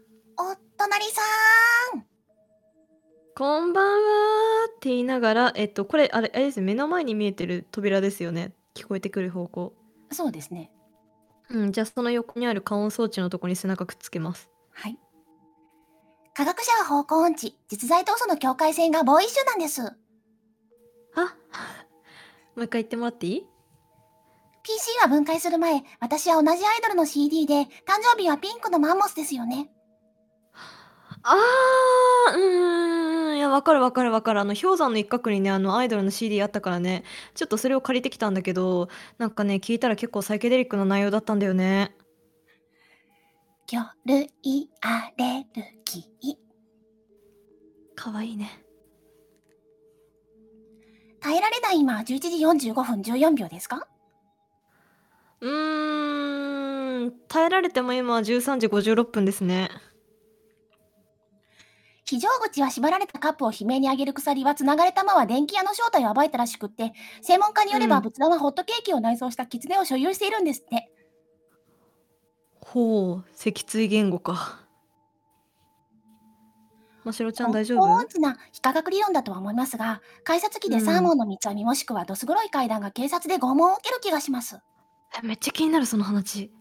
お隣さん。 こんばんはって言いながら、えっと、これ、あれ、あれですね、目の前に見えてる扉ですよね。聞こえてくる方向。 そうですね。 うん、じゃあその横にある加音装置のとこに背中くっつけます。 はい。科学者は方向音痴、実在と嘘の境界線がボーイッシュなんです。 あもう一回言ってもらっていい？ ピーシー は分解する前、私は同じアイドルの シーディー で、誕生日はピンクのマンモスですよね。 あー、うーん、いや、わかるわかるわかる。あの、氷山の一角にね、あの、アイドルの シーディー あったからね、ちょっとそれを借りてきたんだけど、なんかね、聞いたら結構サイケデリックな内容だったんだよね。 魚類アレルギー。 かわいいね。 耐えられない今、じゅういちじよんじゅうごふんじゅうよんびょうですか？ うーん、耐えられても今はじゅうさんじごじゅうろっぷんですね。 非常口は縛られたカップを悲鳴に上げる鎖は繋がれたまま電気屋の正体を暴いたらしくって、専門家によればうん。 仏壇はホットケーキを内装した狐を所有しているんですって。 ほう、脊椎言語か。ましろちゃんこ大丈夫？ 高音痴な非科学理論だとは思いますが、改札機でサーうん。 モンの三つ編みもしくはどす黒い階段が警察で拷問を受ける気がします。 え、めっちゃ気になる、その話。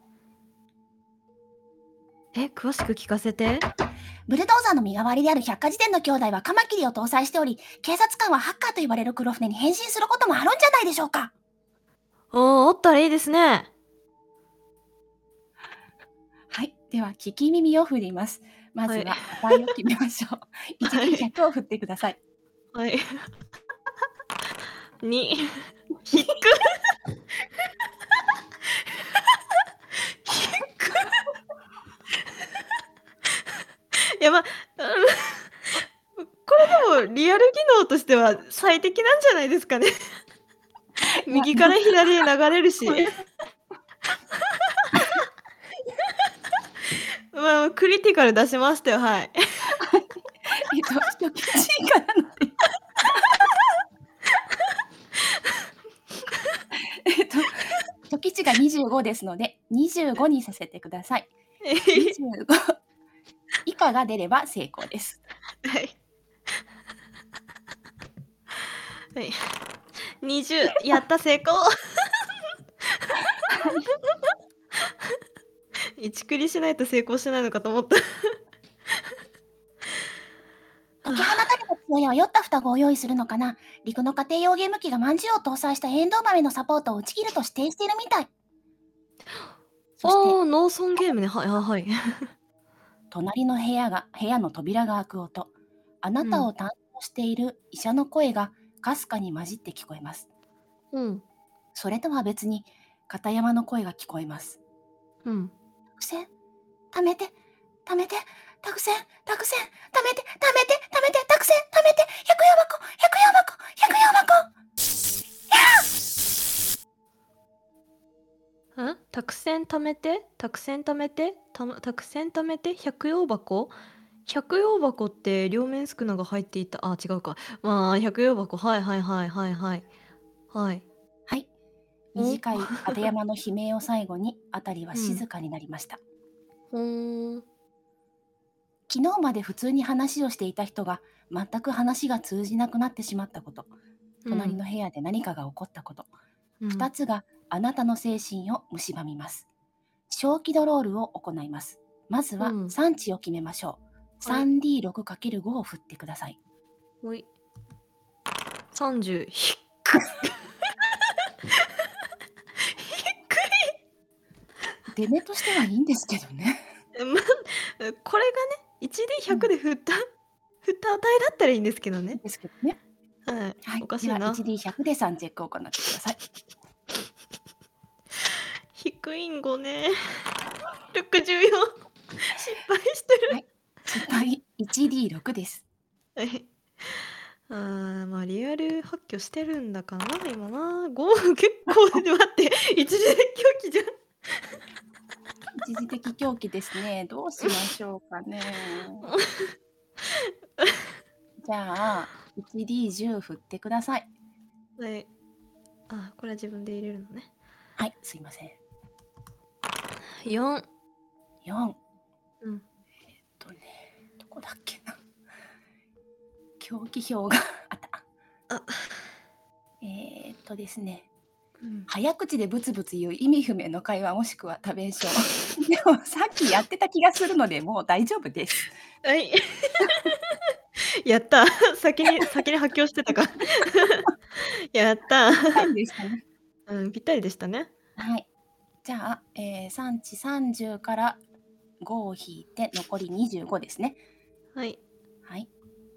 え、詳しく聞かせて。 ブルドーザーの身代わりである百科事典の兄弟はカマキリを搭載しており、警察官はハッカーと呼ばれる黒船に変身することもあるんじゃないでしょうか。 おー、おったらいいですね。 はい。では、聞き耳を振ります。まはい。 ずは値を決めましょう。いちはディーひゃくい。 を振ってください。 はい。に。引く。引く。やば、うんこれでもリアル技能としては最適なんじゃないですかね。右から左へ流れるし。まあ、クリティカル出しましたよ、はい。 えっと、初期値からので。えっと、初期値がにじゅうごですので、にじゅうごにさせてください。にじゅうご以下が出れば成功です。 はい。はい。にじゅう、やった、成功。いちクリしないと成功しないのかと思った。 解き放たれた父親は酔った双子を用意するのかな。陸の家庭用ゲーム機がまんじゅうを搭載したエンドウ豆のサポートを打ち切ると指定しているみたい。そして、 ああ、農村ゲームね。はい、あ、はい。 隣の部屋が、部屋の扉が開く音。あなたうん。 を担当している医者の声がかすかに混じって聞こえます。 うん。 それとは別に、片山の声が聞こえます。 うん。 たくせん、貯めて、貯めて、たくせん、たくせん、貯めて、貯めて、貯めて、たくせん、貯めて、百葉箱、百葉箱、百葉箱。 んたくせん貯めてたくせん貯めてたまたくせん貯めて百葉箱百葉箱って両面宿儺が入っていた。あ、違うか。まあ、百葉箱。はいはいはいはいはい。はい。 はい。 お短い片山の悲鳴を最後に、あたりはうん。 静かになりました。 ほーん。 昨日まで普通に話をしていた人が、全く話が通じなくなってしまったこと。 うん。 隣の部屋で何かが起こったこと。 うん。 二つがあなたの精神を蝕みます。小気ドロールを行います。まずはうん産地を決めましょう。 はい。 スリーディーろくかけるご を振ってください。 ほい。さんじゅう。ひく。 出目としてはいいんですけどね。 えま、これがね、いちディーひゃく で振った、振った値だったらいいんですけどいいんね。 ですけどね。 はい。 はい。 おかしではいな。 いちディーひゃく でさんチェックを行ってください。 低いんごね。ろくじゅうよん。失敗してる。 はい。失敗 いちディーろく です。 はい。あー、まあリアル発狂してるんだかな、今な。ご結構、待って、一時的狂気じゃん。 一時的狂気ですね。どうしましょうかね。じゃあ、いちディーじゅう 振ってください。 はい。あ、これは自分で入れるのね。 はい、すいません。 よん。 よん。 うん。 えっとね。 こだっけな。狂気表があった。 あ、 えー、っとですね。 うん。 早口でブツブツ言う意味不明の会話もしくは多弁症。でもさっきやってた気がするのでもう大丈夫です。 はい。やった。先に先に発狂してたか。やった。 ぴったりでしたね。 うん、ぴったりでしたね。 はい。じゃあ、えー、産地さんじゅうからごを引いて残りにじゅうごですね。 はい。 はい。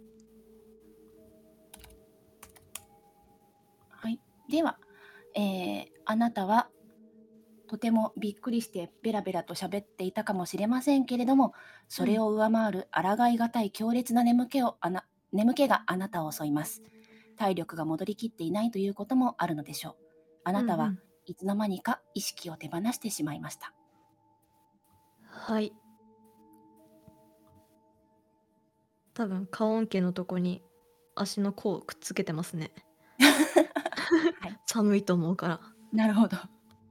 はい。では、えー、あなたはとてもびっくりしてベラベラと喋っていたかもしれませんけれども、それを上回る抗いがたい強烈な眠気をあな眠気があなたを襲います。体力が戻りきっていないということもあるのでしょう。あなたはうんうん。 いつの間にか意識を手放してしまいました。 はい。多分、加温器のとこに足の甲をくっつけてますね。 はい。 寒いと思うから。 なるほど。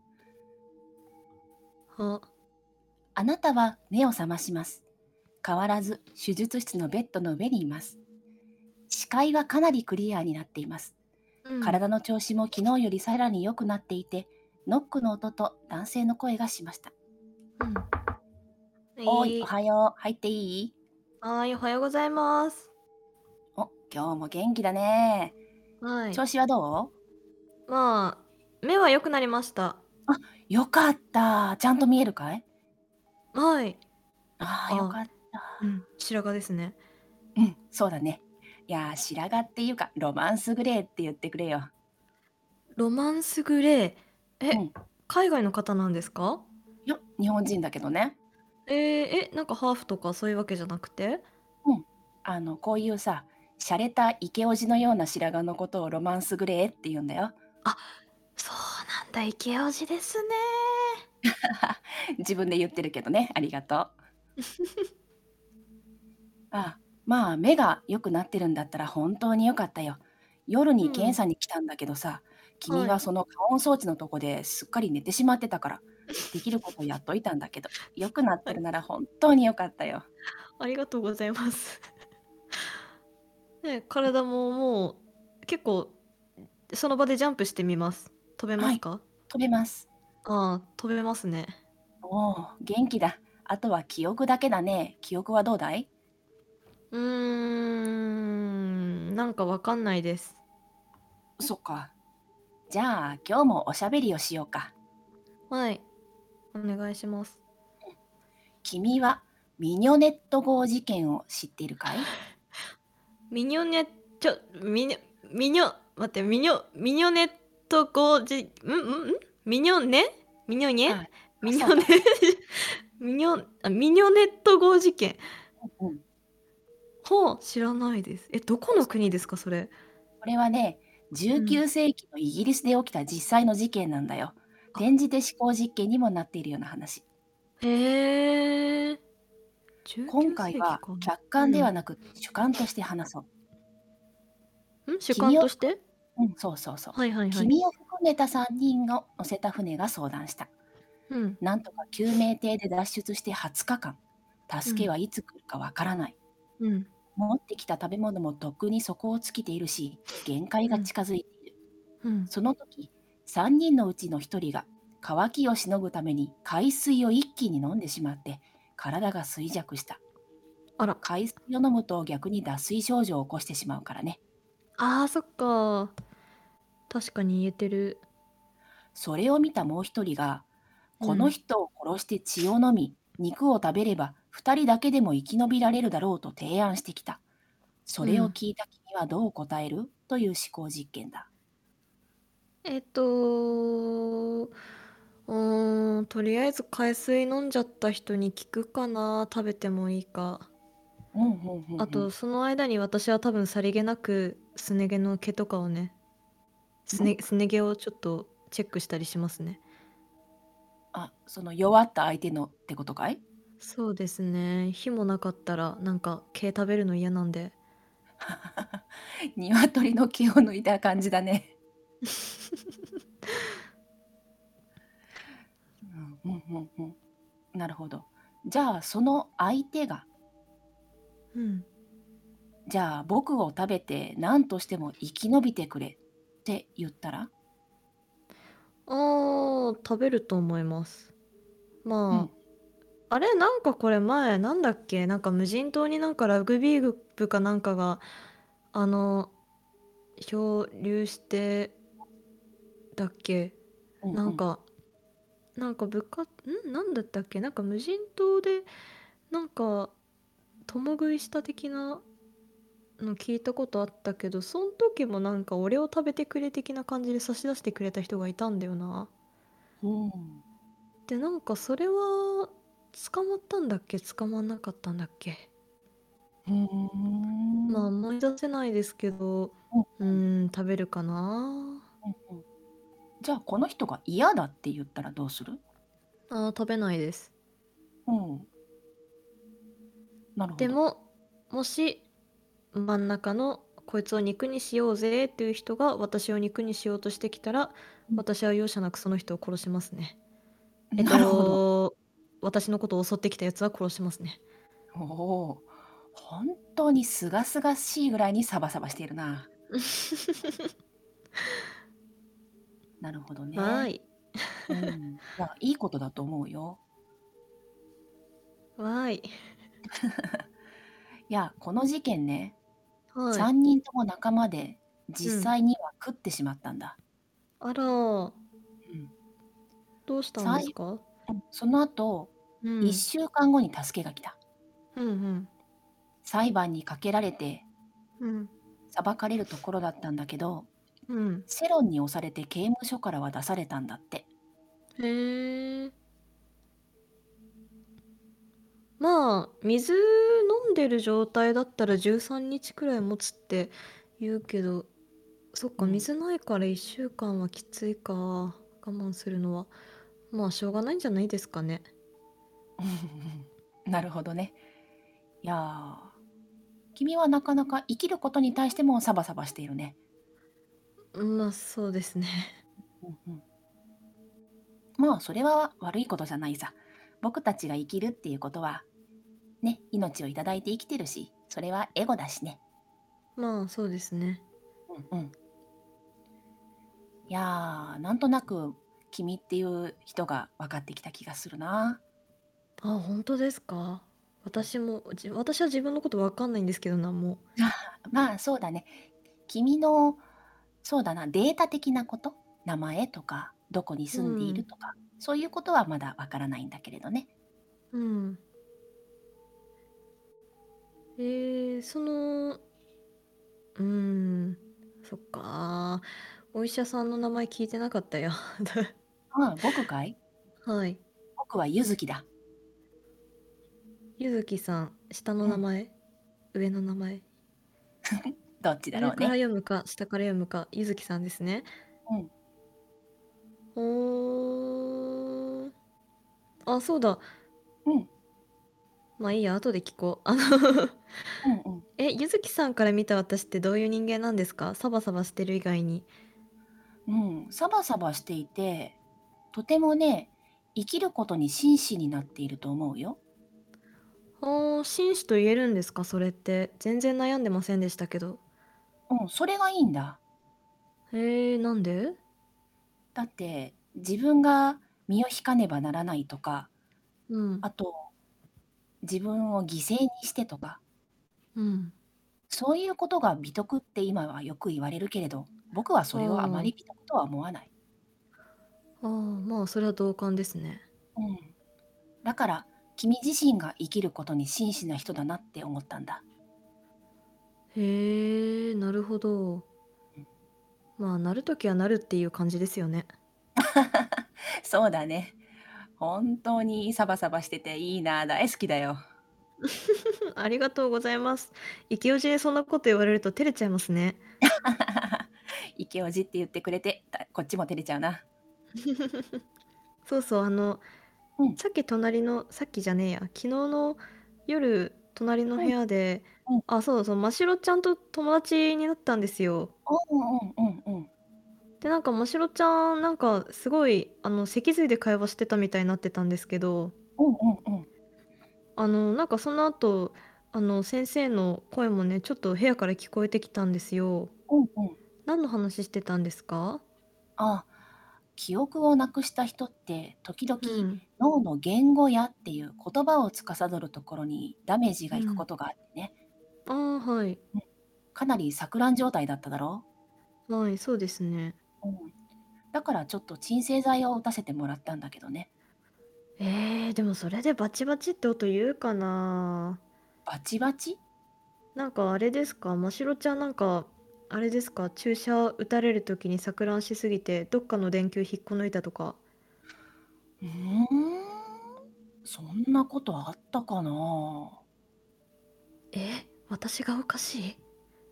は、 あなたは目を覚まします。変わらず手術室のベッドの上にいます。視界はかなりクリアになっています。 うん。 体の調子も昨日よりさらに良くなっていて、ノックの音と男性の声がしました。 うん。 おい、おいい。 はよう。入っていい？ はい、おはようございます。 お、今日も元気だね。 はい。 調子はどう？ まあ、目は良くなりました。 あ、よかった。ちゃんと見えるかい？ はい。 ああ、よあ、 かった。 うん、白髪ですね。 うん、そうだね。いやー、白髪っていうか、ロマンスグレーって言ってくれよ。 ロマンスグレー。え、 うん。 海外の方なんですか？ いや、日本人だけどね。 えー、え、なんかハーフとかそういうわけじゃなくて？ うん。あの、こういうさ、洒落たイケオジのような白髪のことをロマンスグレーって言うんだよ。 あ、そうなんだ、イケオジですね。 自分で言ってるけどね、ありがとう。あ、まあ、目が良くなってるんだったら本当に良かったよ。夜に検うん。 査に来たんだけどさ、君はい。 はその加温装置のとこですっかり寝てしまってたから、できることやっといたんだけど、良くなっはい。 てるなら本当に良かったよ。 ありがとうございます。ね、体ももう結構その場でジャンプしてみます。飛べまはい、 すか？ 飛べます。 ああ、飛べますね。 おお、元気だ。あとは記憶だけだね。記憶はどうだい？ うーん、なんかわかんないです。 そっか。じゃあ、今日もおしゃべりをしようか。 はい、お願いします。 君はミニョネット号事件を知っているかい？ ミニョネ、ちょ、ミニョ、ミニョ、待って、ミニョ、ミニョネットゴージ、んんんミニョネミニョニェあ、 ミニョネそうだ。 ミニョ、あ、ミニョネット号事件。 うん。 ほう、知らないです。え、どこの国ですか、それ。 これはね、19 うん。 世紀のイギリスで起きた実際の事件なんだよ。 あ、 転じて思考実験にもなっているような話。 へえ、19 今回世紀か。 は客うん。 観ではなく主観として話そう。 ん主観君を、 として？ うん、そうそうそう。 はいはいはい。 君を含めたさんにんを乗せた船が相談した。 うん。 なんとか救命艇で脱出してはつかかん。 うん。 助けはいつ来るかわからない。 うん。 持ってきた食べ物もとっくに底を尽きているし、限界がうん。 近づいている。 うん。 その時、さんにんのうちのひとりが渇きをしのぐために海水を一気に飲んでしまって体が衰弱した。 あら。 海水を飲むと逆に脱水症状を起こしてしまうからね。 あー、そっか。確かに言えてる。 それを見たもう一人が、このうん。 人を殺して血を飲み、肉を食べれば二人だけでも生き延びられるだろうと提案してきた。それをうん。 聞いた君はどう答えるという思考実験だ。 えっと、うーん、とりあえず海水飲んじゃった人に聞くかな。食べてもいいか。 うんうんうんあと、 うん。 その間に私は多分さりげなくすね毛の毛とかをね、すんね、すね毛をちょっとチェックしたりしますね。 あ、その弱った相手のってことかい？ そうですね。火もなかったらなんか毛食べるの嫌なんで。 鶏の毛を抜いた感じだね。うんうんうんうん。なるほど。じゃあその相手がうん。 じゃあ僕を食べて何としても生き延びてくれって言ったら？ あー、食べると思います。 うん。 まあ、あれなんかこれ前、なんだっけなんか無人島になんかラグビー部かなんかが、あの、漂流してだっけうんうん。 なんか、なんか部活、んなんだったっけなんか無人島で、なんか、共食いした的なの聞いたことあったけど、その時もなんか俺を食べてくれ的な感じで差し出してくれた人がいたんだよな。 うん。 で、なんかそれは捕まったんだっけ捕まんなかったんだっけ。 うーん。 まあ思い出せないですけど、 うんうーん、食べるかな。 うんうん。じゃあこの人が嫌だって言ったらどうする？ あー、食べないです。 うん。なるほど。 でも、もし真ん中のこいつを肉にしようぜっていう人が私を肉にしようとしてきたら、 うん。 私は容赦なくその人を殺しますね。えっなるほど。 と、私のことを襲ってきたやつは殺しますね。 おお、本当に清々しいぐらいにサバサバしているな。なるほどね。 わーい。 うん。いや、いいことだと思うよ。 わーい。 いや、この事件ね、 はい。 さんにんとも仲間で、 うん。 実際には食ってしまったんだ。 あらー、 うん。 どうしたんさいですか？ うん、その後、1 うん。 週間後に助けが来た。 うんうん。 裁判にかけられてうん。 裁かれるところだったんだけど、 うん。 世論に押されて刑務所からは出されたんだって。 へえ。まあ、水飲んでる状態だったらじゅうさんにちくらい持つって言うけど、そっか、 うん。 水ないからいっしゅうかんはきついか。我慢するのは。まあ、しょうがないんじゃないですかね。 なるほどね。いやー、君はなかなか生きることに対してもサバサバしているね。 まあ、そうですね。 うんうん。まあ、それは悪いことじゃないさ。僕たちが生きるっていうことは、ね、命をいただいて生きてるし、それはエゴだしね。 まあ、そうですね。 うんうん。いやー、なんとなく君っていう人が分かってきた気がするな。 あ、本当ですか？私も、じ私は自分のことわかんないんですけどな、もあまあ、そうだね。君の、そうだな、データ的なこと、名前とか、どこにう。う住んでいるん。 とか、そういうことはまだわからないんだけれどね。 うん。えー、その、うーん、そっか。お医者さんの名前聞いてなかったよ。 ああ、僕かい？ はい。 僕はゆずきだ。 ゆずきさん、下のうん、 名前上の名前どっちだ上からろうね。 読むか、下から読むか、ゆずきさんですね。 うん、 おー。あ、そうだ。 うん、 まあいいや、後で聞こう。あのうん、うん。 え、ゆずきさんから見た私ってどういう人間なんですか？サバサバしてる以外に。 うん、サバサバしていて、とてもね、生きることに真摯になっていると思うよ。 ああ、紳士と言えるんですかそれって。全然悩んでませんでしたけど。 うん、それがいいんだ。 へえ、なんで？ だって、自分が身を引かねばならないとか、 うん、 あと、自分を犠牲にしてとか、 うん。 そういうことが美徳って今はよく言われるけれど、僕はそれをあまりあ美徳とは思わない。 あ、ああ、まあそれは同感ですね。 うん。だから、君自身が生きることに真摯な人だなって思ったんだ。 へえ、なるほど。 うん。 まあ、なるときはなるっていう感じですよね。 そうだね。本当にサバサバしてていいな、大好きだよ。 ありがとうございます。イケオジでそんなこと言われると照れちゃいますね。 イケオジって言ってくれて、たこっちも照れちゃうな。 そうそう、あの、 うん、 さっき隣の、さっきじゃねえや、昨日の夜、隣の部うん、 屋で、 うん。 あ、そうそう、ましろちゃんと友達になったんですよ。 うんうんうんうん。 で、なんかましろちゃん、なんかすごい、あの、脊髄で会話してたみたいになってたんですけど、 うんうんうん。 あの、なんかその後、 あの先生の声もね、ちょっと部屋から聞こえてきたんですよ。 うんうん。 何の話してたんですか？ あ、記憶をなくした人って時々 うん。 脳の言語野っていう言葉を司るところにダメージがいくこうん。 とがあってね。 ああ、はい。 うん、かなり錯乱状態だっただろはい、そうですね。 う。うん。だからちょっと鎮静剤を打たせてもらったんだけどね。 えー、でもそれでバチバチって音言うかな。 バチバチ。 なんかあれですか、ましろちゃんなんか、あれですか、注射打たれる時に錯乱しすぎて、どっかの電球引っこ抜いたとか。 うーん。そんなことあったかな。 え、私がおかしい？ い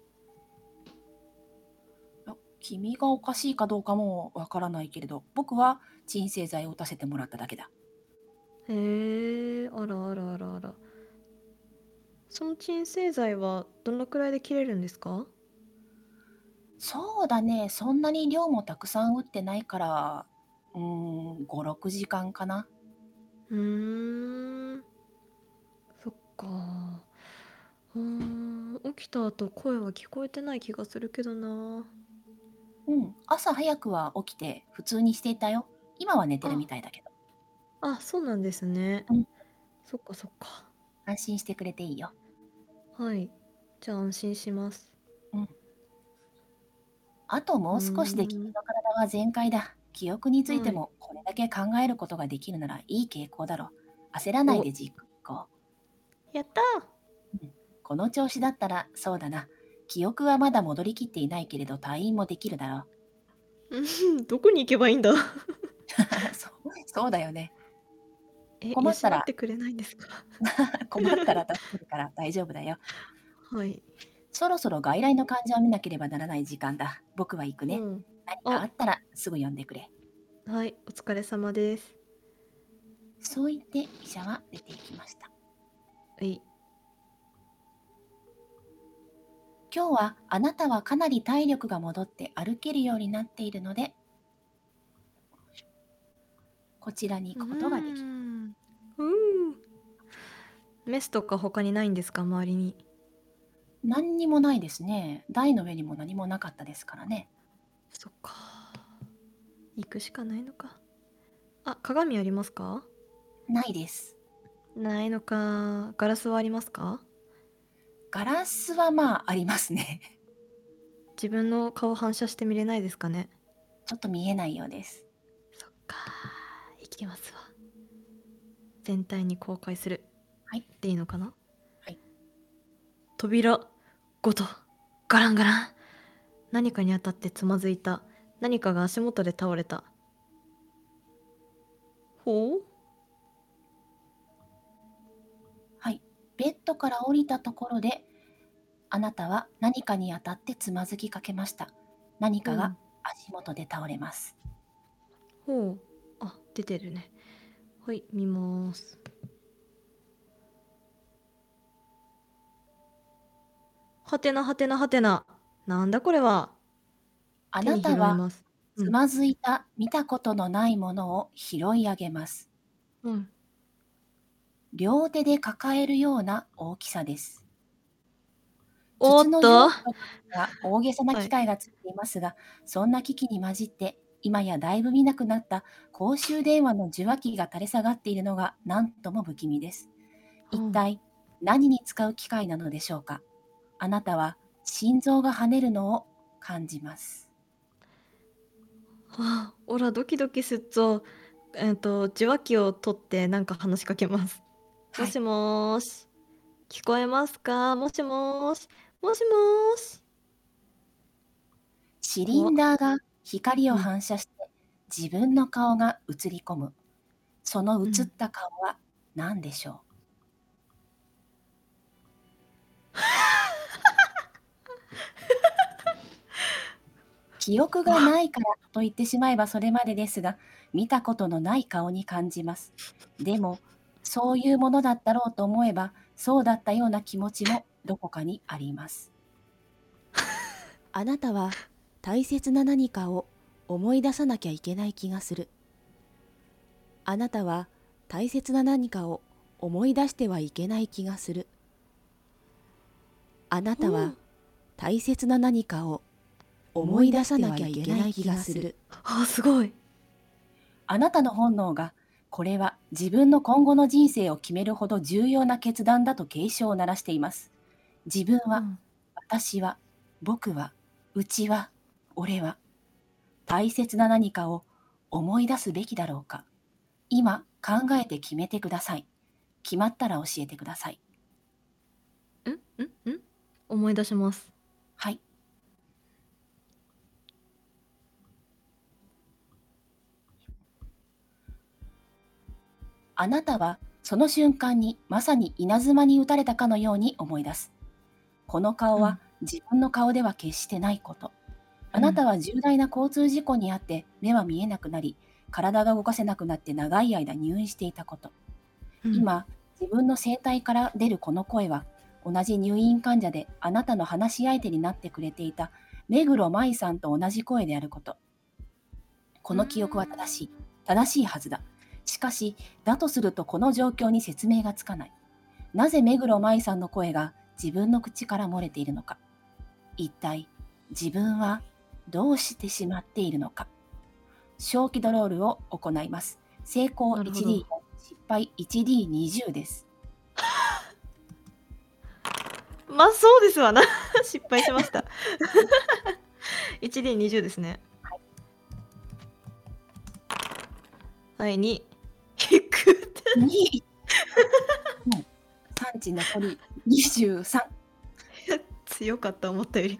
や、君がおかしいかどうかもわからないけれど、僕は鎮静剤を打たせてもらっただけだ。 へえ、あらあらあらあら。その鎮静剤はどのくらいで切れるんですか？ そうだね。そんなに量もたくさん打ってないから、うーん、ご、ろくじかんかな。 うーん、そっか。うーん、起きた後声は聞こえてない気がするけどな。 うん。朝早くは起きて普通にしていたよ。今は寝てるあ、 みたいだけど。 あ、そうなんですね。 うん。 そっかそっか。 安心してくれていいよ。 はい。じゃあ安心します。 うん。あともうーう少しで君ん。 の体は全開だ。記憶についてはい。 もこれだけ考えることができるならいい傾向だろう。焦らないお、 でじっくり行こやったう。うん。この調子だったらそうだな。記憶はまだ戻りきっていないけれど退院もできるだろー。うん、どこに行けばいいんだ？ う。そう、そうだよね。 え、 困ったら、 養ってくれないんですか？ 困ったら助けるから大丈夫だよ。 はい。 そろそろ外来の患者を見なければならない時間だ。僕は行くね。 うん。 何かあ、 あったらすぐ呼んでくれ。 はい、お疲れ様です。 そう言って医者は出て行きました。 はい。 今日はあなたはかなり体力が戻って歩けるようになっているので、こちらにうー行くことができる。 ん。うー。メスとか他にないんですか、周りに？ 何にもないですね。台の上にも何もなかったですからね。 そっか。行くしかないのか。あ、鏡ありますか？ ないです。 ないのか。ガラスはありますか？ ガラスはまあありますね。 自分の顔反射して見れないですかね？ ちょっと見えないようです。 そっか。行きますわ。全体に公開する。 はい。 でいいのかな？ はい。 扉ごとガランガラン。何かに当たってつまずいた。何かが足元で倒れた。ほう。 はい。ベッドから降りたところで、あなたは何かに当たってつまずきかけました。何かがうん。 足元で倒れます。 ほう。あ、出てるね。はい、見ます。はてなはてなはてな。なんだこれは。 あ手になたは拾います。うん。 つまずいた見たことのないものを拾い上げます。 うん。 両手で抱えるような大きさです。 お筒の定っと。 規のが大げさなはい。 機械がついていますが、そんな機器に混じって、今やだいぶ見なくなった公衆電話の受話器が垂れ下がっているのが何とも不気味です。一うん。 体何に使う機械なのでしょうか。あなたは心臓が跳ねるのを感じます。 はあ、おらドキドキすっぞ。えっと、受話器を取ってなんか話しかけます。もはい。 しもーし。聞こえますか？もしもーし。もしもーし。 シリ怖っ。 ンダーが光をうん。 反射して自分の顔が映り込む。その映っうん。 た顔は何でしょう。記憶がわ、 ないからと言ってしまえばそれまでですが、見たことのない顔に感じます。でも、そういうものだったろうと思えば、そうだったような気持ちもどこかにあります。あなたは大切な何かを思い出さなきゃいけない気がする。あなたは大切な何かを思い出してはいけない気がする。 あなたは大切な何かを思い出さなきゃいけない気がする。 あ、すごい。 あなたの本能が、これは自分の今後の人生を決めるほど重要な決断だと警鐘を鳴らしています。自分は、 うん。 私は、僕は、うちは、俺は、大切な何かを思い出すべきだろうか。今考えて決めてください。決まったら教えてください。 んんん思い出します。 はい。あなたはその瞬間にまさに稲妻に打たれたかのように思い出す。この顔はうん。 自分の顔では決してないこと。あうん。 なたは重大な交通事故にあって目は見えなくなり、体が動かせなくなって長い間入院していたこと。 うん。 今、自分の声帯から出るこの声は、同じ入院患者であなたの話し相手になってくれていた目黒舞さんと同じ声であること。こうーの記憶は正ん。 しい。正しいはずだ。しかし、だとするとこの状況に説明がつかない。なぜ目黒舞さんの声が自分の口から漏れているのか。一体、自分はどうしてしまっているのか。小気ドロールを行います。成功なるほいちディーよん、 ど。 失敗 いちディーにじゅう です。 まあ、そうですわな。失敗しました。いちディーにじゅう ですね。 はい。 はい、に。引くって。 に、もうさん値残りにじゅうさん。 強かった、思ったより。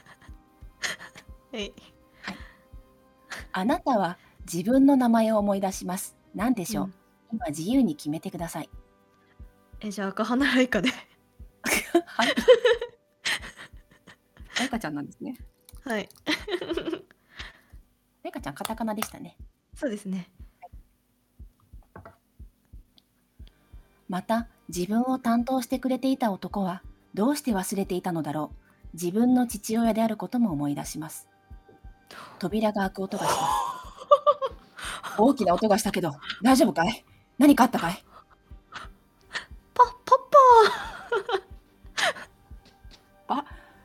はい。 はい。あなたは自分の名前を思い出します。何でしょう。 うん。 今自由に決めてください。 え、じゃあ赤花ライカで。 はい。ライカちゃんなんですね。 はい。 ライカちゃんカタカナでしたね。 そうですね。 また、自分を担当してくれていた男はどうして忘れていたのだろう。自分の父親であることも思い出します。扉が開く音がします。大きな音がしたけど、大丈夫かい？何かあったかい？ パ、パあ、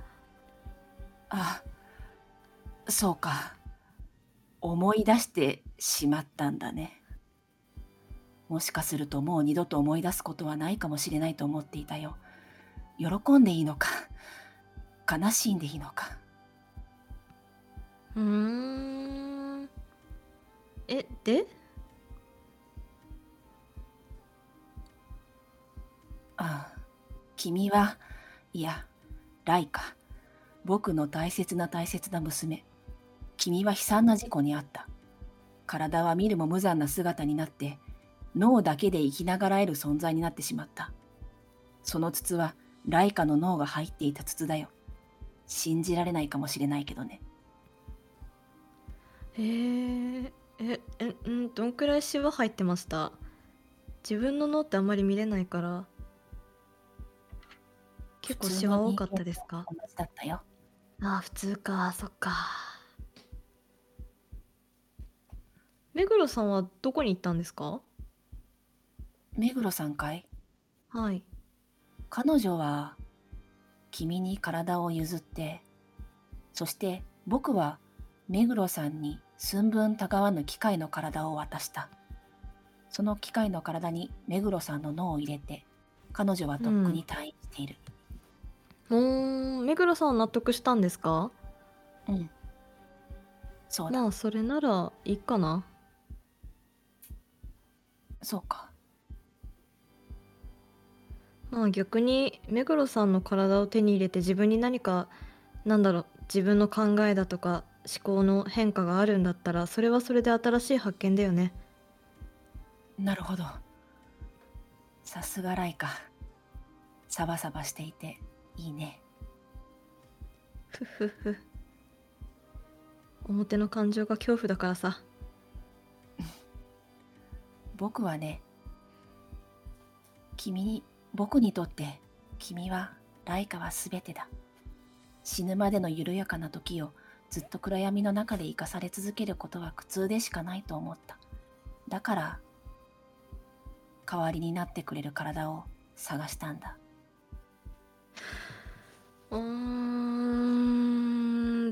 あ、そうか。思い出してしまったんだね。もしかするともう二度と思い出すことはないかもしれないと思っていたよ。喜んでいいのか、悲しんでいいのか。 うーん。え、でああ、君は、いや、ライカ、僕の大切な大切な娘。君は悲惨な事故にあった。体は見るも無残な姿になって、脳だけで生きながらえる存在になってしまった。その筒は、ライカの脳が入っていた筒だよ。信じられないかもしれないけどね。 えー、え、え、んどんくらいシワ入ってました？自分の脳ってあんまり見れないから、 普結構通の人シワ多かっ間とたですか？ 同じだったよ。 ああ、普通か、そっか。目黒さんはどこに行ったんですか？ 目黒さんかい？ はい。 彼女は君に体を譲って、そして僕は目黒さんに寸分たがわぬ機械の体を渡した。その機械の体に目黒さんの脳を入れて、彼女はとっくうん。 に退院している。 もう、目黒さん納得したんですか？ うん、そうだ。 まあ、それならいいかな。 そうか。 まあ逆に目黒さんの体を手に入れて自分に何か、なんだろう、自分の考えだとか思考の変化があるんだったら、それはそれで新しい発見だよね。 なるほど。さすがライカ。サバサバしていていいね。 ふふふ。表の感情が恐怖だからさ。 僕はね、君に、僕にとって君は、ライカはすべてだ。死ぬまでの緩やかな時をずっと暗闇の中で生かされ続けることは苦痛でしかないと思った。だから、代わりになってくれる体を探したんだ。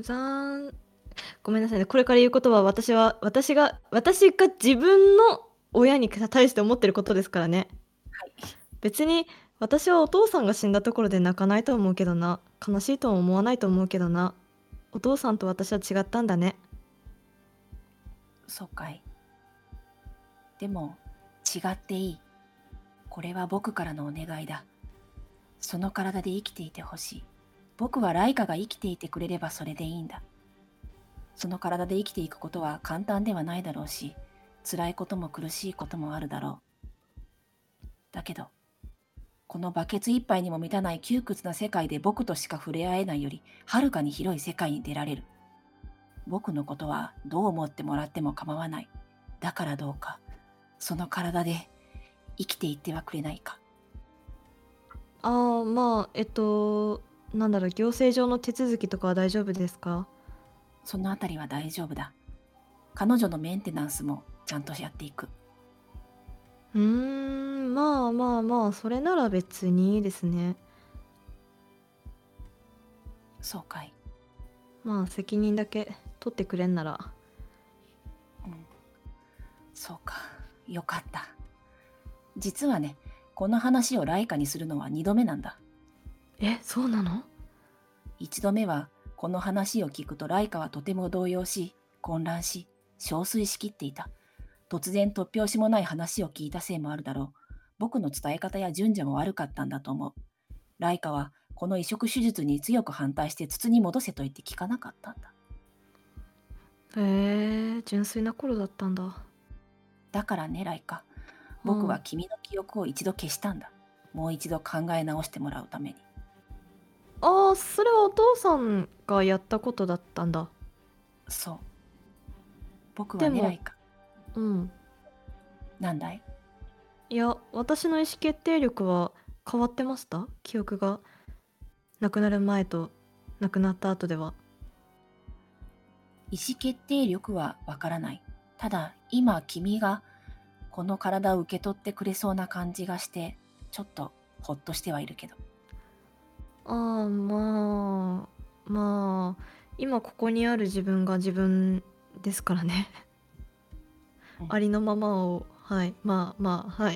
ー、残ごめんなさいね。これから言うことは私は私が私が自分の親に対して思ってることですからね。 はい。 別に私はお父さんが死んだところで泣かないと思うけどな。悲しいとも思わないと思うけどな。お父さんと私は違ったんだね。 そうかい。でも、違っていい。これは僕からのお願いだ。その体で生きていてほしい。僕はライカが生きていてくれればそれでいいんだ。その体で生きていくことは簡単ではないだろうし、辛いことも苦しいこともあるだろう。だけど、このバケツ一杯にも満たない窮屈な世界で僕としか触れ合えないより、はるかに広い世界に出られる。僕のことはどう思ってもらっても構わない。だからどうか、その体で生きていってはくれないか。 ああ、まあ、えっと、なんだろう、行政上の手続きとかは大丈夫ですか？ そのあたりは大丈夫だ。彼女のメンテナンスもちゃんとやっていく。 うーん、まあまあまあ、それなら別にいいですね。 そうかい。 まあ、責任だけ取ってくれんなら。 うん。そうか。よかった。実はね、この話をライカにするのは二度目なんだ。 え、そうなの？ 一度目は、この話を聞くとライカはとても動揺し、混乱し、憔悴しきっていた。突然突拍子もない話を聞いたせいもあるだろう。僕の伝え方や順序も悪かったんだと思う。ライカは、この移植手術に強く反対して筒に戻せと言って聞かなかったんだ。 へえ、純粋な頃だったんだ。 だからね、ライカ。僕はうん。 君の記憶を一度消したんだ。もう一度考え直してもらうために。 ああ、それはお父さんがやったことだったんだ。 そう。僕はね、ラでも、 イカ。 うん。 なんだい？ いや、私の意思決定力は変わってました？記憶がなくなる前となくなった後では。 意思決定力はわからない。ただ、今君がこの体を受け取ってくれそうな感じがして、ちょっとほっとしてはいるけど。 ああ、まあ、まあ、今ここにある自分が自分ですからね。 うん、 ありのままを、はい、まあまあ、はい。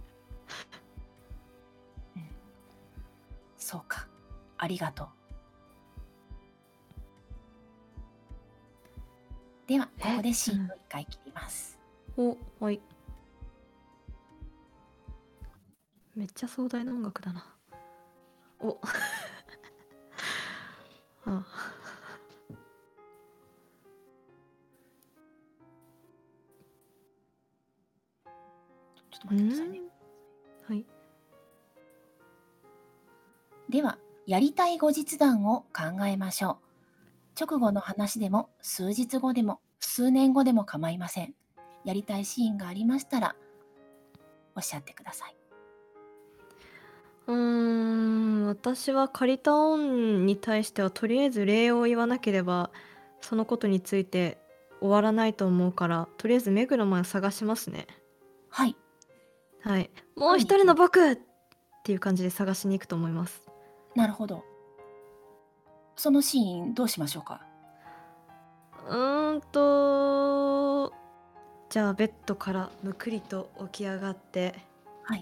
うん、そうか。ありがとう。では、ここえ、 でシーンうん。 を一回切ります。 お、はい。めっちゃ壮大な音楽だな。お、あ、 ちょっとう待ってくださいね。 ん、はい。 では、やりたい後日談を考えましょう。直後の話でも、数日後でも、数年後でも構いません。やりたいシーンがありましたら、おっしゃってください。 うーん、私は借りた恩に対してはとりあえず礼を言わなければ、そのことについて終わらないと思うから、とりあえず目黒前を探しますね。 はい。 はい。もう一人取りに行きます。 の僕っていう感じで探しに行くと思います。 なるほど。そのシーンどうしましょうか？ うーんと、じゃあベッドからむくりと起き上がって、 はい。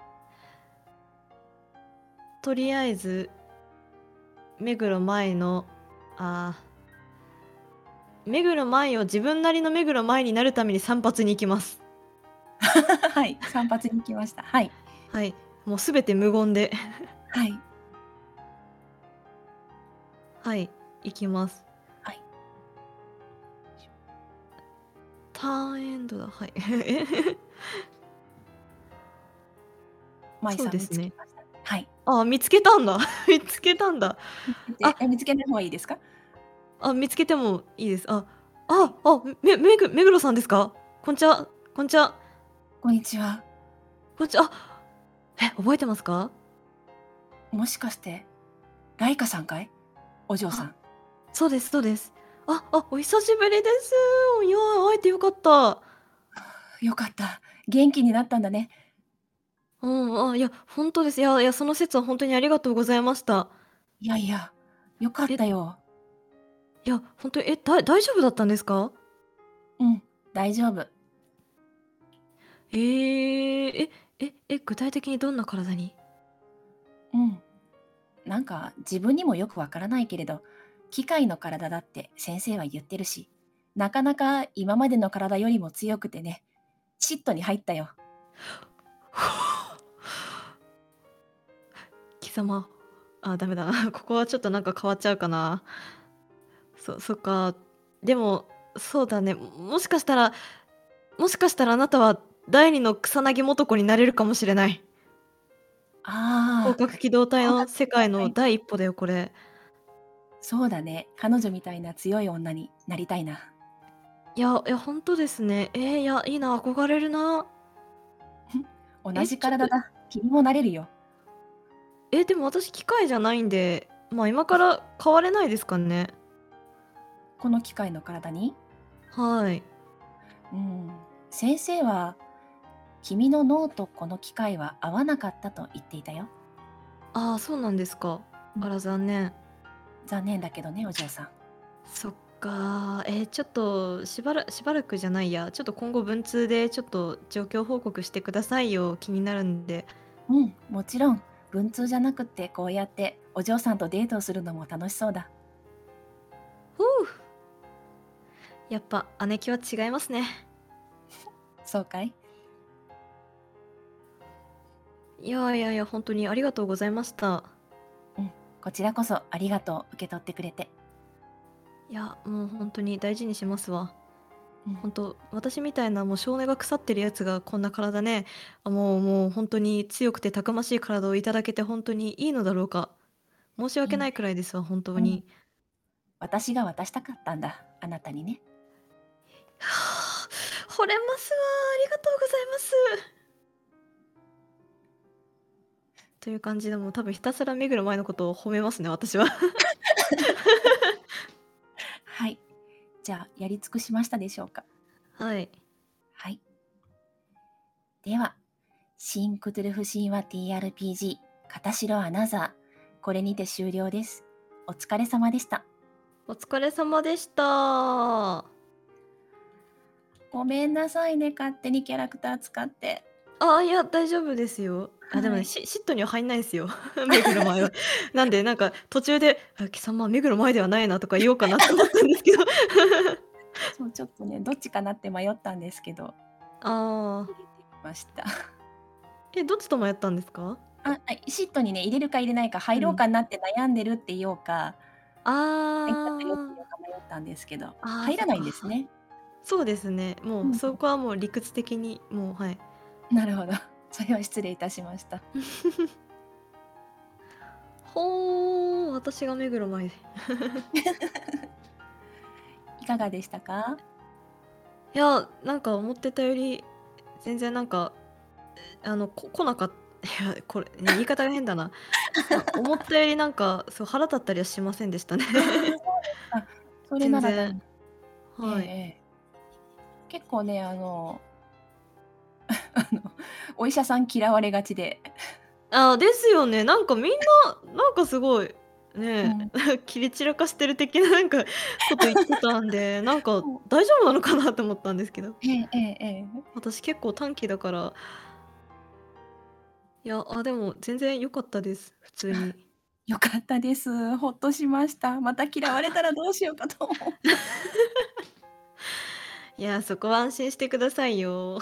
とりあえず目黒前の、あー、目黒前を自分なりの目黒前になるために散髪に行きます。 はい。散髪に行きました。はい。 はい。もうすべて無言で。 はい。 はい。行きます。 はい。 ターンエンドだ。はい。 舞さん見そうですね。 つけました。はい。 あ、見つけたんだ。見つけたんだ。 見つけて、 あ、 え、見つけない方がいいですか？ あ、見つけてもいいです。あ、あ、 はい。 あ、めめぐ目黒さんですか？こんちは、こんちは、 こんにちは。 こんちは。あ、え、覚えてますか？ もしかして、ライカさんかい？お嬢さあ、 ん。 そうですそうです。あ、あ、お久しぶりです。いや、会えてよかった。 よかった。元気になったんだね。 うん、あ、いや、ほんとです。いやいや、その節はほんとにありがとうございました。 いやいや、よかっえ、 たよ。 いや、ほんと、え、だ大丈夫だったんですか？ うん、大丈夫。 ええ、え、え、え、具体的にどんな体に？ うん。なんか自分にもよくわからないけれど、機械の体だって先生は言ってるし、なかなか今までの体よりも強くてね、シットに入ったよ。 貴様、あ、ダメだな。ここはちょっとなんか変わっちゃうかな。そそっか。でも、そうだね、もしかしたらもしかしたらあなたは第二の草薙素子になれるかもしれない。広ああ、 角機動隊そうだの世界のはい。 第一歩だよ、これ。 そうだね。彼女みたいな強い女になりたいな。 いや、いや、ほんとですね。えーいや、いいな、憧れるな。 同え、ちょっと、 じ体だ。君もなれるよ。 え、でも私機械じゃないんで、まあ、今から変われないですかね？ この機械の体に。 はい。 うん。先生は、君の脳とこの機械は合わなかったと言っていたよ。 ああ、そうなんですか。 うん、 あら、残念。 残念だけどね、お嬢さん。 そっか。えーちょっとしばらしばらくじゃないや、ちょっと今後文通でちょっと状況報告してくださいよ、気になるんで。 うん、もちろん、文通じゃなくってこうやってお嬢さんとデートをするのも楽しそうだ。 ふう、やっぱ姉貴は違いますね。 そうかい？ いやいやいや、本当にありがとうございました。 うん、こちらこそありがとう、受け取ってくれて。 いや、もう本当に大事にしますわ。 うん、 本当、私みたいなもう性根が腐ってるやつがこんな体ね、あ、もうもう本当に強くてたくましい体をいただけて本当にいいのだろうか。申し訳ないいいんだよ。 くらいですわ、本当うん、 に。 私が渡したかったんだ、あなたにね。 はあ、惚れますわ。ありがとうございます。という感じでもう多分ひたすら目黒前のことを褒めますね、私は。 はい。じゃあ、やり尽くしましたでしょうか？ はい。 はい。では、新クトゥルフ神話 ティーアールピージー、片白アナザー。これにて終了です。お疲れ様でした。 お疲れ様でした。 ごめんなさいね、勝手にキャラクター使って。 ああ、いや、大丈夫ですよ。あ、でもね、 はい。 し嫉妬には入んないんすよ。目黒前は。なんで、なんか途中で、あ、貴様目黒前ではないなとか言おうかなって思ったんですけど。 そう、ちょっとね、どっちかなって迷ったんですけど、 ああ。 入れてみました。 え、どっちと迷ったんですか？ あ、あ、シットにね、入れるか入れないか、入ろううん。 かなって悩んでるって言おうか、入っちゃったよってあ言おうか迷ったんですけど、 あ、ああ、 入らないんそっか。 ですね。 そうですね。もううん、 そこはもう理屈的に、もう、はい。 なるほど。それは失礼いたしました。 ほお、私が目黒前で。 いかがでしたか？ いや、なんか思ってたより、全然なんか、あの、こ来なかっいや、これ、ね、言い方が変だな。あ、思ったよりなんか、そう、腹立ったりはしませんでしたね。 ああ、そうですか。それ全然。 なら何ええはい。 ええ。結構ね、あの、あの、お医者さん嫌われがちで、 あ、ですよね。なんかみんな、なんかすごい、ね、 うん、 切り散らかしてる的ななんかこと言ってたんで、なんかそう。 大丈夫なのかなと思ったんですけど。 ええええええ。 私結構短期だから、いや、あ、でも全然良かったです、普通に。 良かったです。ほっとしました。また嫌われたらどうしようかと思った。 いや、そこは安心してくださいよ。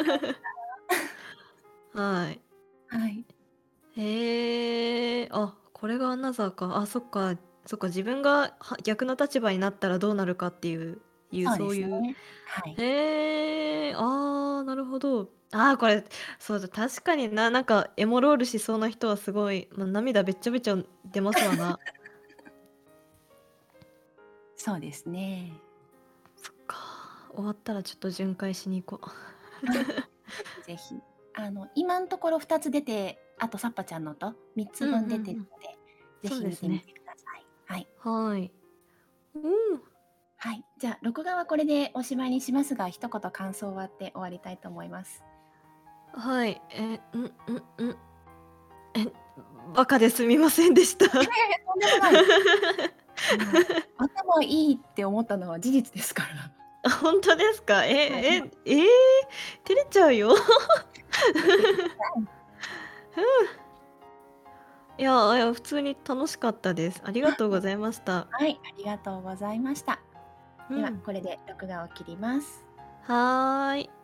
はい。 はい。 へえ、あ、これがアナザーか。あ、そっか、そっか、自分がは逆の立場になったらどうなるかっていういうそうでそういう、 すね。はい。 へえ、ああ、なるほど。ああ、これ、そうだ、確かにな、なんかエモロールしそうな人はすごい、ま、涙べっちょべちょ出ますわな。 そうですね。 そっか、終わったらちょっと巡回しに行こう。 あ、ぜひぜひ。あの、今んところふたつ出て、あとサッパちゃんのとみっつうんうんぶん出てうん。 るので、ぜそうですね。 ひ見てみてください。はい。 はい。うん。 はい。じゃあ、録画はこれでおしまいにしますが、一言感想を割って終わりたいと思います。 はい。え、うん、うん、うん。え、バカですみませんでした。 いやいやいや、とんでもない。あの、頭もいいって思ったのは事実ですから。 あ、ほんとですか？えはい。 え、ええ、照れちゃうよ。 照れてください。 ふう。いや、いや、普通に楽しかったです。ありがあ、 とうございました。 はい、ありがとうございました。では、 うん。 これで録画を切ります。 はい。